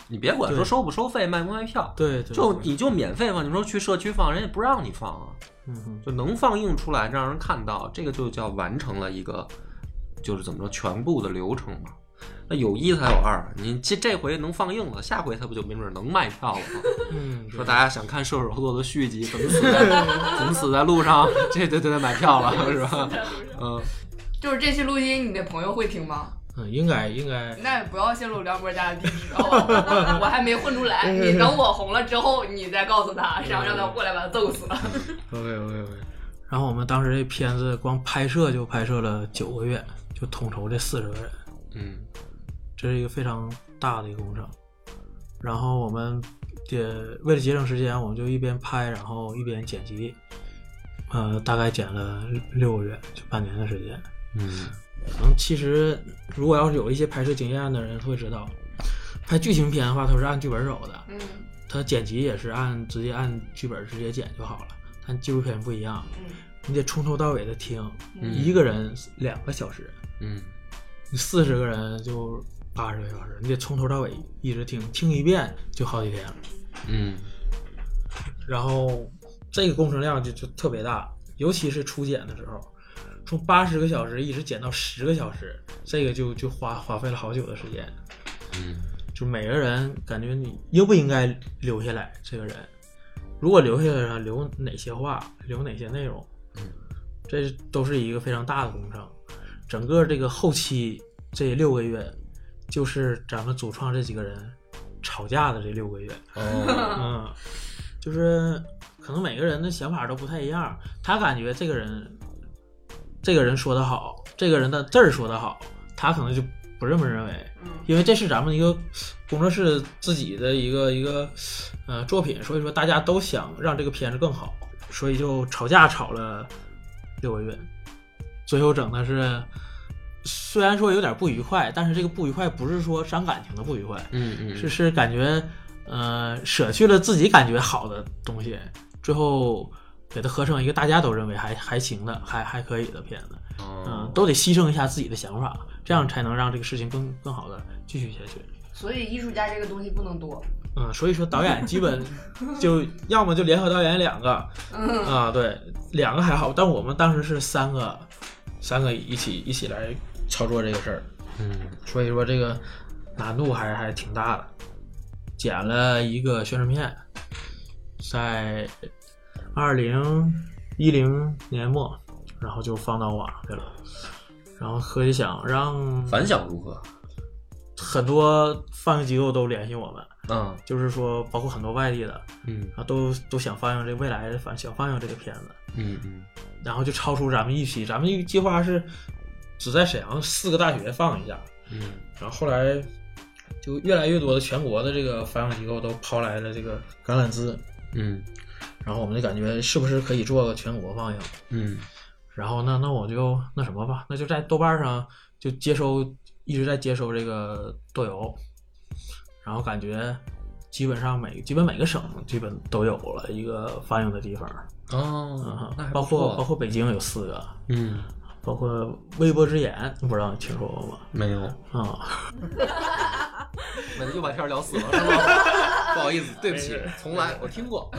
你别管说收不收费，卖不卖票， 对，对就你就免费放，你说去社区放，人家不让你放啊。 嗯， 就能放映出来，让人看到，这个就叫完成了一个，就是怎么说全部的流程嘛。那有一才有二，你这这回能放映了，下回他不就没准能卖票了吗？ 嗯， 说大家想看射手座的续集，怎么死在怎么死在路上，这就得买票了，是吧？嗯， 就是这期录音，你的朋友会听吗？ 嗯，应该应该。 那也不要泄露梁博家的地址，好吧？我还没混出来，你等我红了之后，你再告诉他，然后让他过来把他揍死。 OK OK OK。然后我们当时这片子光拍摄就拍摄了九个月，就统筹这四十个人。 嗯， 这是一个非常大的一个工程。然后我们也为了节省时间，我们就一边拍，然后一边剪辑。呃，大概剪了六个月，就半年的时间。 嗯。 可能其实，如果要是有一些拍摄经验的人会知道，拍剧情片的话，它是按剧本走的。 嗯， 它剪辑也是按直接按剧本直接剪就好了。但纪录片不一样， 嗯， 你得从头到尾的听， 嗯、 一个人两个小时， 嗯， 你四十个人就八十个小时，你得从头到尾一直听，听一遍就好几天了。 嗯， 然后这个工程量就就特别大，尤其是初剪的时候。从八十个小时一直减到十个小时，这个就就花花费了好久的时间。 嗯， 就每个人感觉你应不应该留下来，这个人如果留下来，留哪些话，留哪些内容， 嗯， 这都是一个非常大的工程。整个这个后期这六个月，就是咱们主创这几个人吵架的这六个月。 哦， 嗯，就是可能每个人的想法都不太一样，他感觉这个人。这个人说得好，这个人的字儿说得好，他可能就不这么认为，因为这是咱们一个工作室自己的一个一个呃作品，所以说大家都想让这个片子更好，所以就吵架吵了六个月，最后整的是虽然说有点不愉快，但是这个不愉快不是说伤感情的不愉快， 嗯嗯， 是是感觉呃舍去了自己感觉好的东西，最后。给它合成一个大家都认为还还行的还还可以的片子， 哦、 嗯，都得牺牲一下自己的想法，这样才能让这个事情更更好的继续下去。 所以艺术家这个东西不能多， 嗯，所以说导演基本就要么就联合导演两个， 嗯啊，对，两个还好，但我们当时是三个，三个一起一起来操作这个事儿， 嗯， 所以说这个难度还还挺大的。剪了一个宣传片，在二零一零年末，然后就放到网上去了。然后合计想让反响如何？ 很多放映机构都联系我们， 嗯， 就是说包括很多外地的， 嗯， 啊，都都想放映这未来的反想放映这个片子， 嗯嗯， 然后就超出咱们预期，咱们计划是只在沈阳四个大学放一下， 嗯， 然后后来就越来越多的全国的这个放映机构都抛来了这个橄榄枝， 嗯。 然后我们就感觉是不是可以做个全国放映？ 嗯， 然后那那我就那什么吧，那就在豆瓣上就接收，一直在接收这个豆油，然后感觉基本上每基本每个省基本都有了一个放映的地方。 哦， 嗯、包括包括北京有四个， 嗯， 包括微波之眼，不知道你听说过吗？ 没有啊。 那又把天聊死了是吗？不好意思，对不起，从来我听过。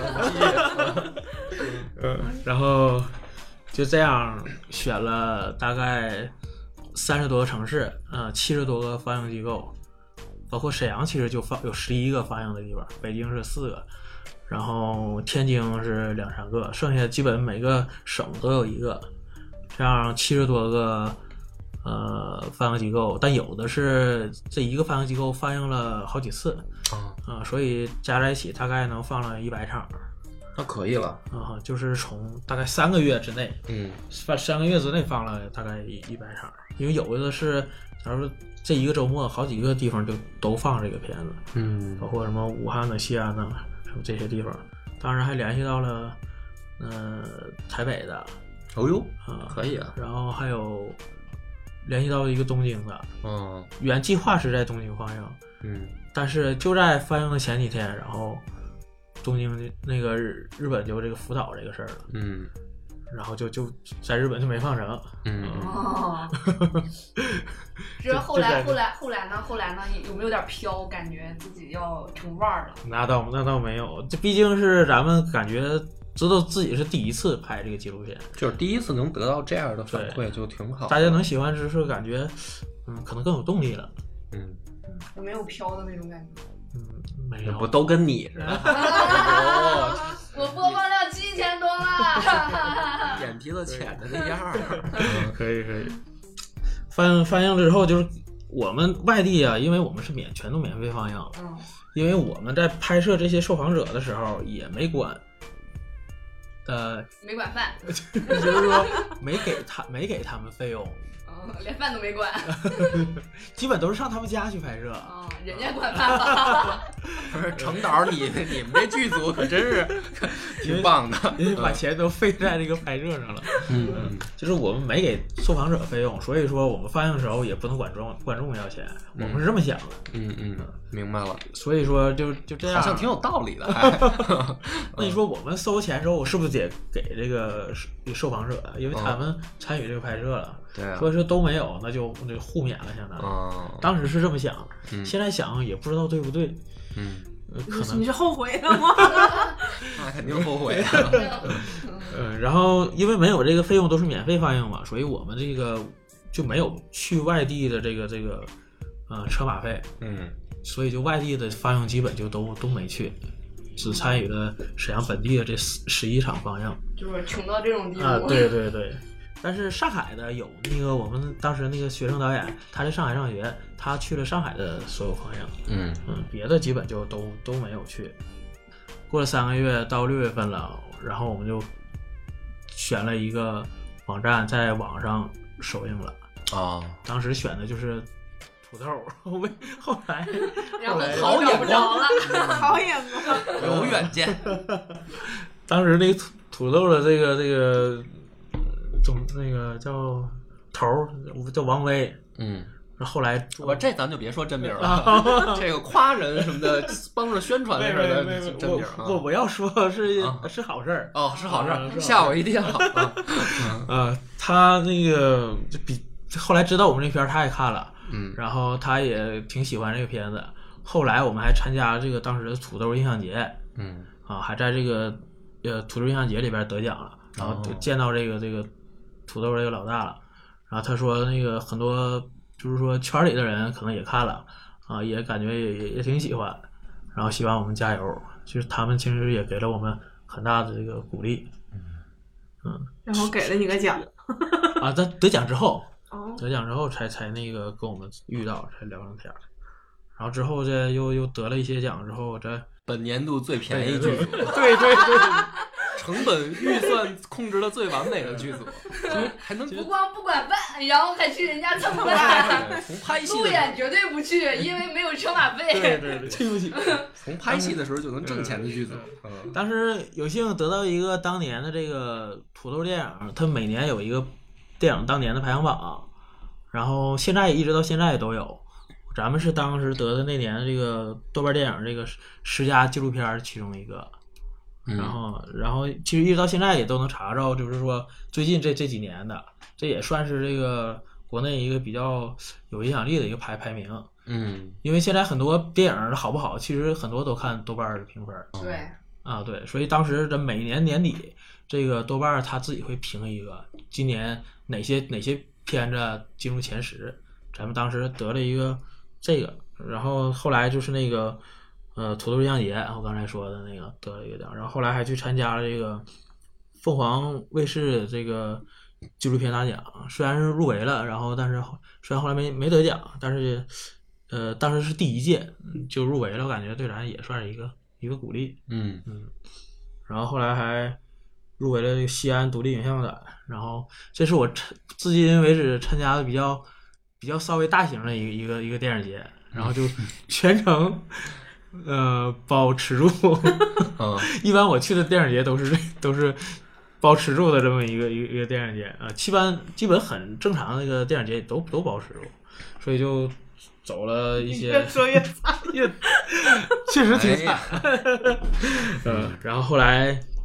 嗯，然后就这样选了大概三十多个城市，呃，七十多个放映机构，包括沈阳其实就放有十一个放映的地方，北京是四个，然后天津是两三个，剩下基本每个省都有一个，这样七十多个。呃，放映机构，但有的是这一个放映机构放映了好几次啊、呃，所以加在一起大概能放了一百场， 那可以了啊、呃，就是从大概三个月之内， 嗯， 放三个月之内放了大概一一百场，因为有的是，假如说这一个周末好几个地方就都放这个片子， 嗯， 包括什么武汉的、西安的什么这些地方，当然还联系到了，呃，台北的， 哦哟， 啊、呃， 可以啊， 然后还有。联系到一个东京的， 嗯， 原计划是在东京放映， 嗯， 但是就在放映的前几天，然后东京的那个日日本就这个福岛这个事儿了， 嗯， 然后就就在日本就没放成。 嗯哦，这后来后来后来呢？后来呢？有没有点飘？感觉自己要成腕儿了？ 那倒那倒没有，这毕竟是咱们感觉知道自己是第一次拍这个纪录片， 就是第一次能得到这样的反馈就挺好。 大家能喜欢之后，感觉嗯可能更有动力了。 嗯， 有没有飘的那种感觉？ 嗯，没有， 不都跟你似的？ 我播放量七千多了， 眼皮子浅的那样儿。 可以可以。翻翻映之后，就是我们外地啊，因为我们是免全都免费放映， 嗯， 因为我们在拍摄这些受访者的时候也没管，呃， 没管饭， 就是说没给他没给他们费用。 嗯，连饭都没管， 基本都是上他们家去拍摄。 啊、嗯，人家管饭了。 不是程导，你你们这剧组可真是挺棒的， 因为把钱都费在这个拍摄上了。 嗯嗯， 就是我们没给受访者费用，所以说我们放映的时候也不能管众观众要钱，我们是这么想的。 嗯嗯，明白了。 所以说就就这样， 好像挺有道理的。 那你说我们收钱的时候，我是不是得给这个受访者？因为他们参与这个拍摄了。 对啊， 所以说都没有，那就那就互免了，相当于。 哦， 当时是这么想， 嗯、 现在想也不知道对不对。 嗯， 呃、可能你是后悔了吗？ 那肯定后悔啊。 呃，然后因为没有这个费用都是免费放映嘛，所以我们这个就没有去外地的这个这个呃车马费。 嗯， 所以就外地的放映基本就都都没去，只参与了沈阳本地的这十十一场放映。 就是穷到这种地步啊！对对对。但是上海的有那个我们当时那个学生导演，他在上海上学，他去了上海的所有放映。 嗯嗯，别的基本就都都没有去。过了三个月，到六月份了，然后我们就选了一个网站，在网上首映了。 啊、哦， 当时选的就是土豆，后来后来然后好眼光了， 好眼光， 有远见。 当时那个土土豆的这个这个。总那个叫头儿叫王威， 嗯， 后来我这咱就别说真名了，这个夸人什么的，帮着宣传的事儿的真名。 我我我要说是、啊、是好事儿哦，是好事儿，吓我一跳。啊， 呃，他那个就比后来知道我们这片儿，他也看了， 嗯， 然后他也挺喜欢这个片子。后来我们还参加这个当时的土豆印象节， 嗯， 啊，还在这个呃土豆印象节里边得奖了，然后见到这个这个。土豆这个老大了，然后他说那个很多就是说圈里的人可能也看了啊，也感觉也也也挺喜欢，然后希望我们加油。其实他们其实也给了我们很大的这个鼓励，嗯， 然后给了你个奖啊，在得奖之后， 哦， 得奖之后才才那个跟我们遇到，才聊上天儿，然后之后这又又得了一些奖之后，这本年度最便宜剧组， 对对对。 成本预算控制的最完美的剧组，还能不光不管饭，然后还去人家蹭饭。 从拍戏路演绝对不去，因为没有车马费。 对对对，对不起。 从拍戏的时候就能挣钱的剧组。 嗯，当时有幸得到一个当年的这个土豆电影，它每年有一个电影当年的排行榜，然后现在一直到现在都有。咱们是当时得的那年的这个豆瓣电影这个十佳纪录片其中一个。然后，然后其实一直到现在也都能查着，就是说最近这这几年的，这也算是这个国内一个比较有影响力的一个排排名。 嗯， 因为现在很多电影好不好，其实很多都看豆瓣的评分。 对， 啊对，所以当时这每年年底，这个豆瓣他自己会评一个今年哪些哪些片子进入前十，咱们当时得了一个这个，然后后来就是那个。呃，土豆印象节，我刚才说的那个得了一个奖，然后后来还去参加了这个凤凰卫视的这个纪录片大奖，虽然是入围了，然后但是虽然后来没没得奖，但是呃当时是第一届就入围了，我感觉对咱也算是一个一个鼓励。 嗯嗯，然后后来还入围了西安独立影像展，然后这是我至今为止参加的比较比较稍微大型的一个一个一个电影节，然后就全程。呃，包吃住， 嗯， 一般我去的电影节都是都是包吃住的这么一个一个一个电影节啊，基本基本很正常的一个电影节都都包吃住，所以就走了一些， 越说越惨， 越确实挺惨，嗯，然后后来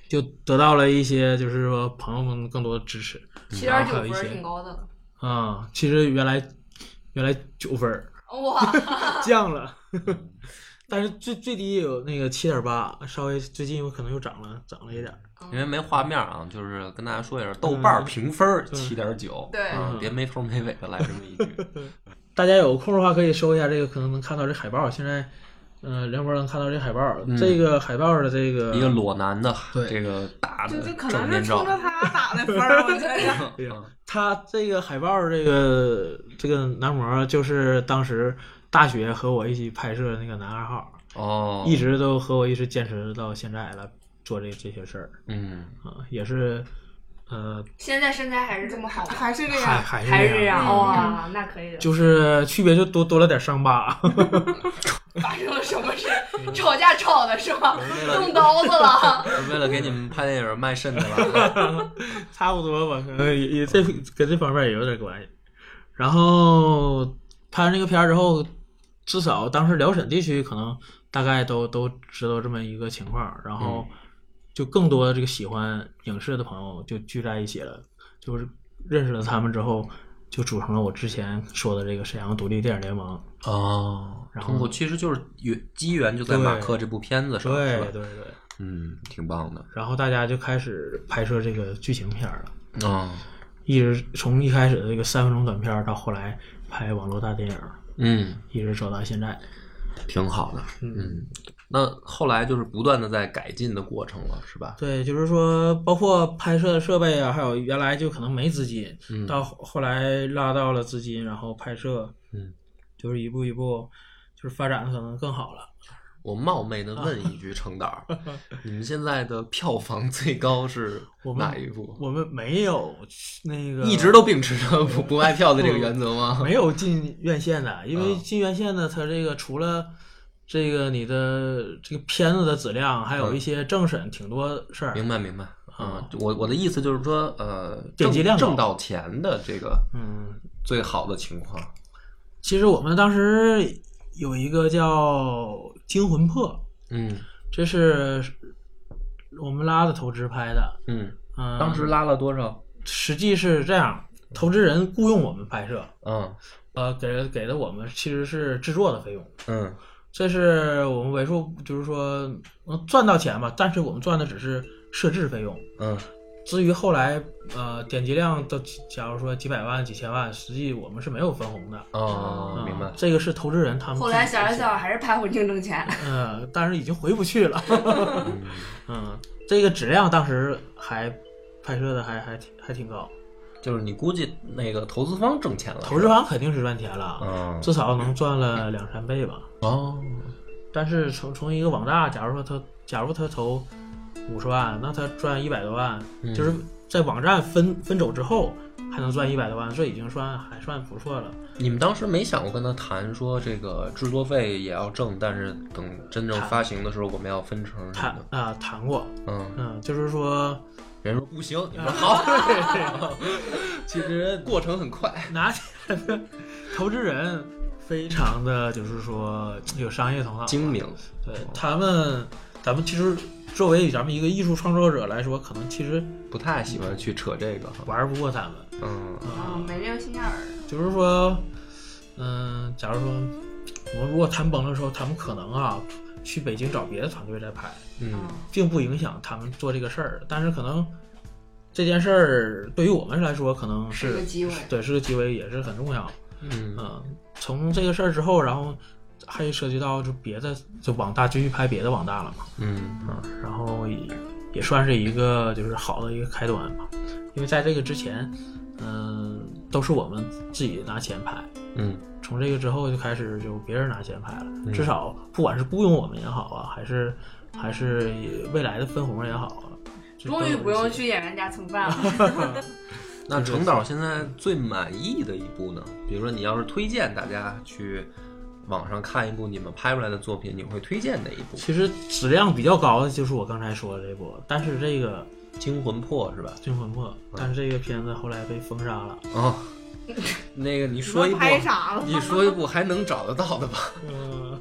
就得到了一些就是说朋友们更多的支持。 七点九分挺高的了。 啊、嗯，其实原来原来九分， 哇， 降了。但是最最低也有那个七点八，稍微最近有可能又涨了，涨了一点。 因为没画面啊，就是跟大家说一下，豆瓣评分七点九， 对、 嗯，别没头没尾的来这么一句。 大家有空的话可以搜一下这个，可能能看到这海报。现在，嗯、呃，梁博能看到这海报、嗯，这个海报的这个一个裸男的， 对这个大的这可能是冲着他打的分儿，我觉得。 对呀，他这个海报这个这个男模就是当时大学和我一起拍摄那个男二号。 哦， 一直都和我一直坚持到现在了，做这这些事儿， 嗯啊，也是，呃， 现在身材还是这么好， 还是这样， 还还是这样，哇、嗯，那可以的。 就是区别就多多了点伤疤。 发生了什么事？吵架吵的是吧？动刀子了？ 是为了给你们拍电影卖肾的了？ 差不多吧，可能也也这跟这方面也有点关系。然后拍完这个片儿之后，至少当时辽沈地区可能大概都都知道这么一个情况，然后就更多的这个喜欢影视的朋友就聚在一起了，就是认识了他们之后，就组成了我之前说的这个沈阳独立电影联盟。 哦， 然后通过其实就是机缘就在马克这部片子上， 对是吧？ 对对， 嗯，挺棒的。 然后大家就开始拍摄这个剧情片了， 哦， 一直从一开始的这个三分钟短片到后来拍网络大电影。 嗯， 一直走到现在， 挺好的。嗯，那后来就是不断的在改进的过程了，是吧？ 对，就是说，包括拍摄的设备啊，还有原来就可能没资金， 嗯、 到后来拉到了资金，然后拍摄， 嗯， 就是一步一步，就是发展的可能更好了。 我冒昧的问一句，程导，你们现在的票房最高是哪一部？ 我们没有那个一直都秉持着不不卖票的这个原则吗？ 没有进院线的，因为进院线的，它这个除了这个你的这个片子的质量，还有一些政审挺多事儿。 明白明白。嗯，我我的意思就是说，呃， 点击量挣到钱的这个， 嗯， 最好的情况。 其实我们当时有一个叫《惊魂破》， 嗯， 这是我们拉的投资拍的， 嗯嗯， 当时拉了多少？ 实际是这样，投资人雇佣我们拍摄， 嗯， 呃，给给的我们其实是制作的费用， 嗯， 这是我们为数就是说能赚到钱吧，但是我们赚的只是摄制费用， 嗯。 至于后来，呃，点击量都假如说几百万、几千万，实际我们是没有分红的。 哦，嗯、明白。 这个是投资人他们。 后来想了想，还是拍婚庆挣钱。 嗯、呃，但是已经回不去了。嗯，这个质量当时还拍摄的还还挺还挺高。 就是你估计那个投资方挣钱了， 投资方肯定是赚钱了， 嗯， 至少能赚了两三倍吧。 哦， 但是从从一个网大，假如说他假如他投五十万，那他赚一百多万、 嗯， 就是在网站分分走之后还能赚一百多万，这已经算还算不错了。 你们当时没想过跟他谈说这个制作费也要挣，但是等真正发行的时候我们要分成谈啊、呃、谈过， 嗯嗯，就是说人说不行，你说好， 对其实过程很快， 拿起来的投资人非常的就是说有商业头脑， 精明， 对他们，咱们其实。作为咱们一个艺术创作者来说，可能其实不太喜欢去扯这个， 玩不过他们。 嗯， 哦，没这个心眼儿。 就是说，嗯、呃，假如说我们如果谈崩的时候，他们可能啊去北京找别的团队再拍， 嗯， 并不影响他们做这个事儿。但是可能这件事儿对于我们来说，可能是是个机会， 对，是个机会，也是很重要。 嗯， 呃、从这个事儿之后，然后。还涉及到就别的就网大继续拍别的网大了嘛， 嗯嗯，然后也也算是一个就是好的一个开端吧，因为在这个之前，嗯、呃，都是我们自己拿钱拍， 嗯， 从这个之后就开始就别人拿钱拍了， 嗯、 至少不管是雇佣我们也好啊，还是还是未来的分红也好啊， 终于不用去演员家蹭饭了。 那程导现在最满意的一部呢？比如说你要是推荐大家去网上看一部你们拍出来的作品，你会推荐哪一部？ 其实质量比较高的就是我刚才说的这部，但是这个惊魂破是吧？ 惊魂破，但是这个片子后来被封杀了。 哦，那个你说一部， 拍啥了？ 你说一部还能找得到的吧？ 嗯，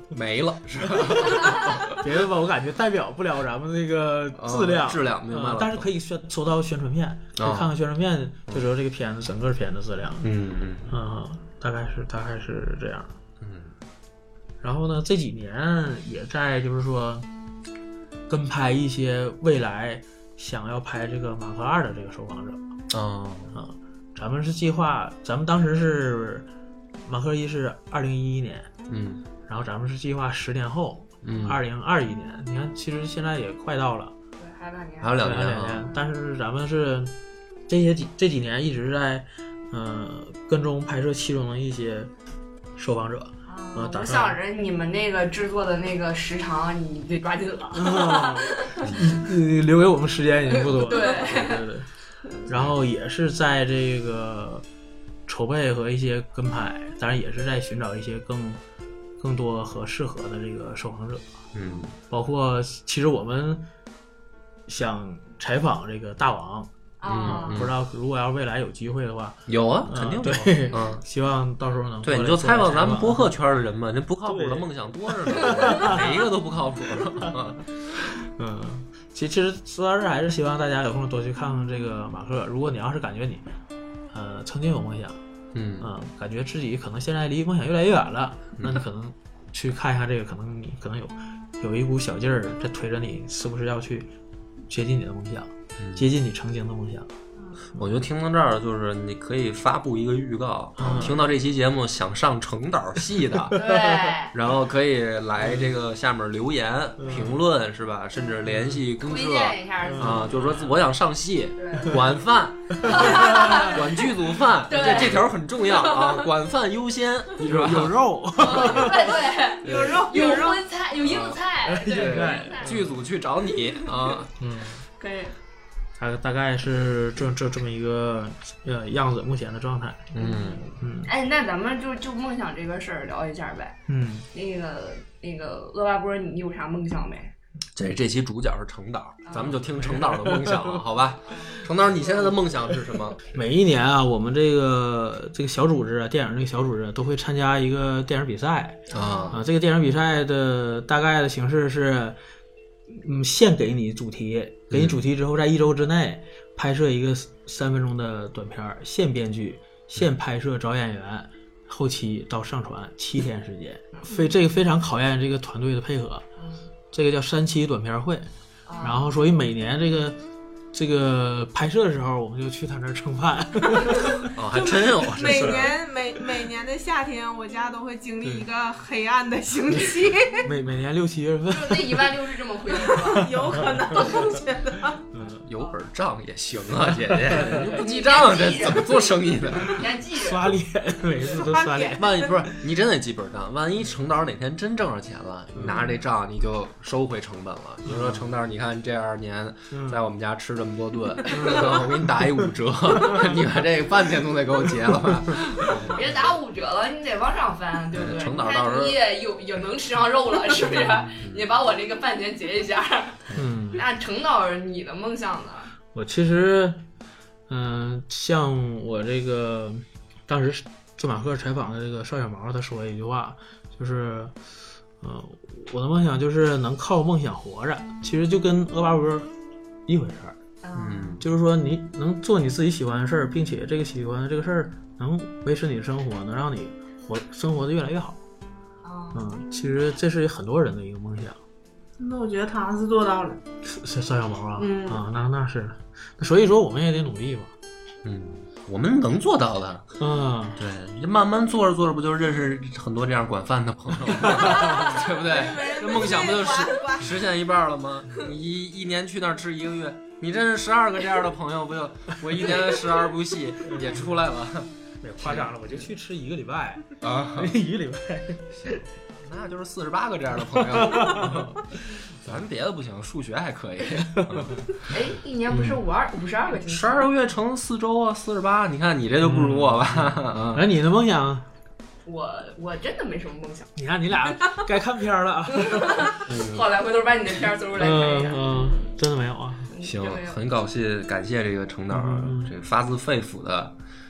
没了，是吧？ 别的吧，我感觉代表不了咱们这个质量、 哦、质量，明白了。 嗯、但是可以宣收到宣传片，可以看看宣传片，就知道这个片子整个片子质量。 嗯嗯嗯，大概是大概是这样。 嗯， 然后呢，这几年也在就是说跟拍一些未来想要拍这个马克二的这个受访者。 哦啊、嗯，咱们是计划，咱们当时是马克一是二零一一年， 嗯， 然后咱们是计划十年后， 嗯， 二零二一年。你看，其实现在也快到了， 对，还有两年， 还有两年， 两年。但是咱们是这些几这几年一直在，呃，跟踪拍摄其中的一些受访者。 呃，我想着你们那个制作的那个时长，你得抓紧了。 嗯、留给我们时间已经不多了。 对对对。然后也是在这个筹备和一些跟拍，当然也是在寻找一些更更多和适合的这个受访者。 嗯， 包括其实我们想采访这个大王。 啊、 嗯，不知道如果要未来有机会的话， 有啊，肯定有。 对， 嗯， 希望到时候能对，你就采访咱们播客圈的人嘛，那不靠谱的梦想多着呢，每一个都不靠谱。 嗯，其其实说到这儿，还是希望大家有空多去看看这个马克。如果你要是感觉你，呃，曾经有梦想， 嗯嗯，感觉自己可能现在离梦想越来越远了，那你可能去看一下这个，可能你可能有有一股小劲儿在推着你，是不是要去接近你的梦想？接近你曾经的梦想。 我觉得听到这儿，就是你可以发布一个预告， 嗯、 听到这期节目想上成导系的， 对， 然后可以来这个下面留言、嗯、评论是吧？甚至联系公社啊，就是说我想上戏，管饭，管剧组饭，这这条很重要啊，管饭优先是吧？ 有肉， 对对， 有肉， 有荤菜，有硬菜， 对对， 剧组去找你啊， 嗯， 可以。 大大概是这这这么一个呃样子，目前的状态。 嗯嗯。 哎，那咱们就就梦想这个事儿聊一下呗。 嗯。 那个那个恶霸波，你有啥梦想没？ 这这期主角是程导，咱们就听程导的梦想了，好吧？程导，你现在的梦想是什么？ 每一年啊，我们这个这个小组织啊，电影这个小组织都会参加一个电影比赛啊啊。这个电影比赛的大概的形式是。嗯，现给你主题，给你主题之后，在一周之内拍摄一个三分钟的短片，现编剧、现拍摄、找演员、后期到上传七天时间，非这个非常考验这个团队的配合。这个叫三期短片会，然后所以每年这个这个拍摄的时候，我们就去他那儿蹭饭。 哦，还真有。 每年每每年的夏天，我家都会经历一个黑暗的星期。 每每年六七月份， 就那一万六是这么回事吧？ 有可能，我觉得。 嗯，有本账也行啊，姐姐，你不记账这怎么做生意的？ 你还记着？ 刷脸，每次都刷脸。 万一不是你真得记本账，万一程导哪天真挣着钱了，你拿着这账你就收回成本了。你说程导，你看这二年在我们家吃这么多顿，我给你打一五折，你把这半天都得给我结了吧？ 别打五折了，你得往上翻，对不对？ 程导到时候你也有也能吃上肉了，是不是？你把我这个半年结一下。 嗯， 那程导，你的梦想呢？ 我其实，嗯、呃，像我这个当时做马克采访的这个邵小毛，他说了一句话，就是，呃，我的梦想就是能靠梦想活着。其实就跟恶霸波一回事儿。 嗯， 就是说你能做你自己喜欢的事儿，并且这个喜欢的这个事儿能维持你的生活，能让你活生活的越来越好。 哦、 嗯，其实这是很多人的一个梦想。 那我觉得他是做到了。 是邵小毛啊， 嗯啊，那那是，所以说我们也得努力嘛。 嗯，我们能做到的。 嗯， 对，慢慢做着做着，不就认识很多这样管饭的朋友吗？对不对？这梦想不就实实现一半了吗？你一一年去那儿吃一个月，你认识十二个这样的朋友，不就我一年时而不细也出来了？ 别夸张了，我就去吃一个礼拜啊， 一个礼拜。 那就是四十八个这样的朋友，咱别的不行，数学还可以。 哎，一年不是五二五十二个星期， 十二个月乘四周啊，四十八。你看你这就不如我吧？ 那、嗯、你的梦想？ 我我真的没什么梦想。 你看你俩该看片了啊！ 好来，回头把你的片搜出来看一下。 嗯、呃，真的没有啊。 行，很高兴，感谢这个程导，嗯、这个发自肺腑的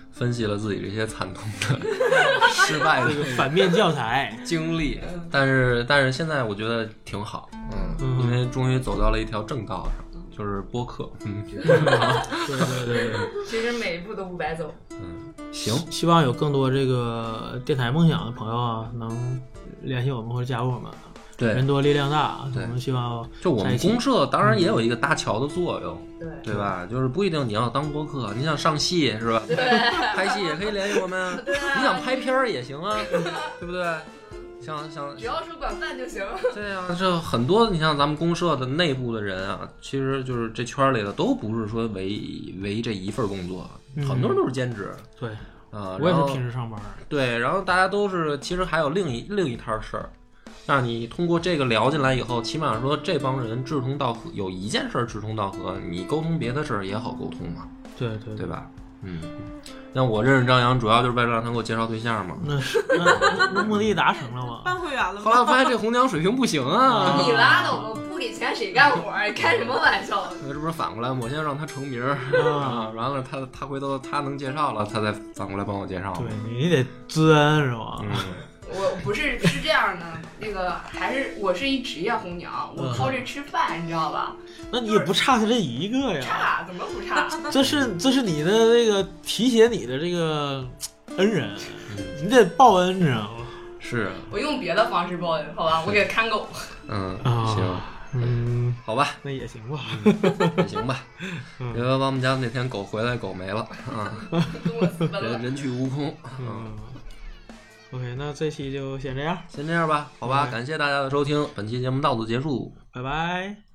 分析了自己这些惨痛的失败的反面教材经历，但是但是现在我觉得挺好，嗯，嗯因为终于走到了一条正道上，就是播客，嗯，对对对对， 其实每一步都不白走， 嗯，行， 希望有更多这个电台梦想的朋友啊，能联系我们或者加入我们。 对， 人多力量大，我们希望就我们公社当然也有一个搭桥的作用， 对、 嗯、对吧？就是不一定你要当播客，你想上戏是吧？ 对， 拍戏也可以联系我们， 对、啊， 你想拍片儿也行啊，对不对？像像只要说管饭就行。 对啊，这很多你像咱们公社的内部的人啊，其实就是这圈里的都不是说为为这一份工作， 嗯、 很多人都是兼职。 对， 啊、呃， 我也是平时上班。 对，然后大家都是其实还有另一另一摊事儿。那你通过这个聊进来以后，起码说这帮人志同道合，有一件事志同道合，你沟通别的事儿也好沟通嘛。 对对对吧？嗯，像我认识张扬，主要就是为了让他给我介绍对象嘛。 那是那那目的达成了吗？ 办会员了吗？ 后来我发现这红娘水平不行啊！ 你拉倒吧，不给钱谁干活？你开什么玩笑？ 这不是反过来吗？我先让他成名啊，完了他他回头他能介绍了，他再反过来帮我介绍。 对你得资恩是吧？ 嗯。 我不是是这样的，那个还是我是一职业红娘，我靠这吃饭，你知道吧？ 那你也不差他这一个呀？ 差怎么不差？ 这是这是你的这个提携你的这个恩人，你得报恩，知道吗？ 是。 我用别的方式报恩，好吧？我给他看狗。 嗯， 行，嗯， 好吧， 那也行吧， 也行吧。因为我们家那天狗回来，狗没了啊，人人去屋空。 嗯。OK， 那这期就先这样， 先这样吧，好吧， okay. 感谢大家的收听，本期节目到此结束， 拜拜。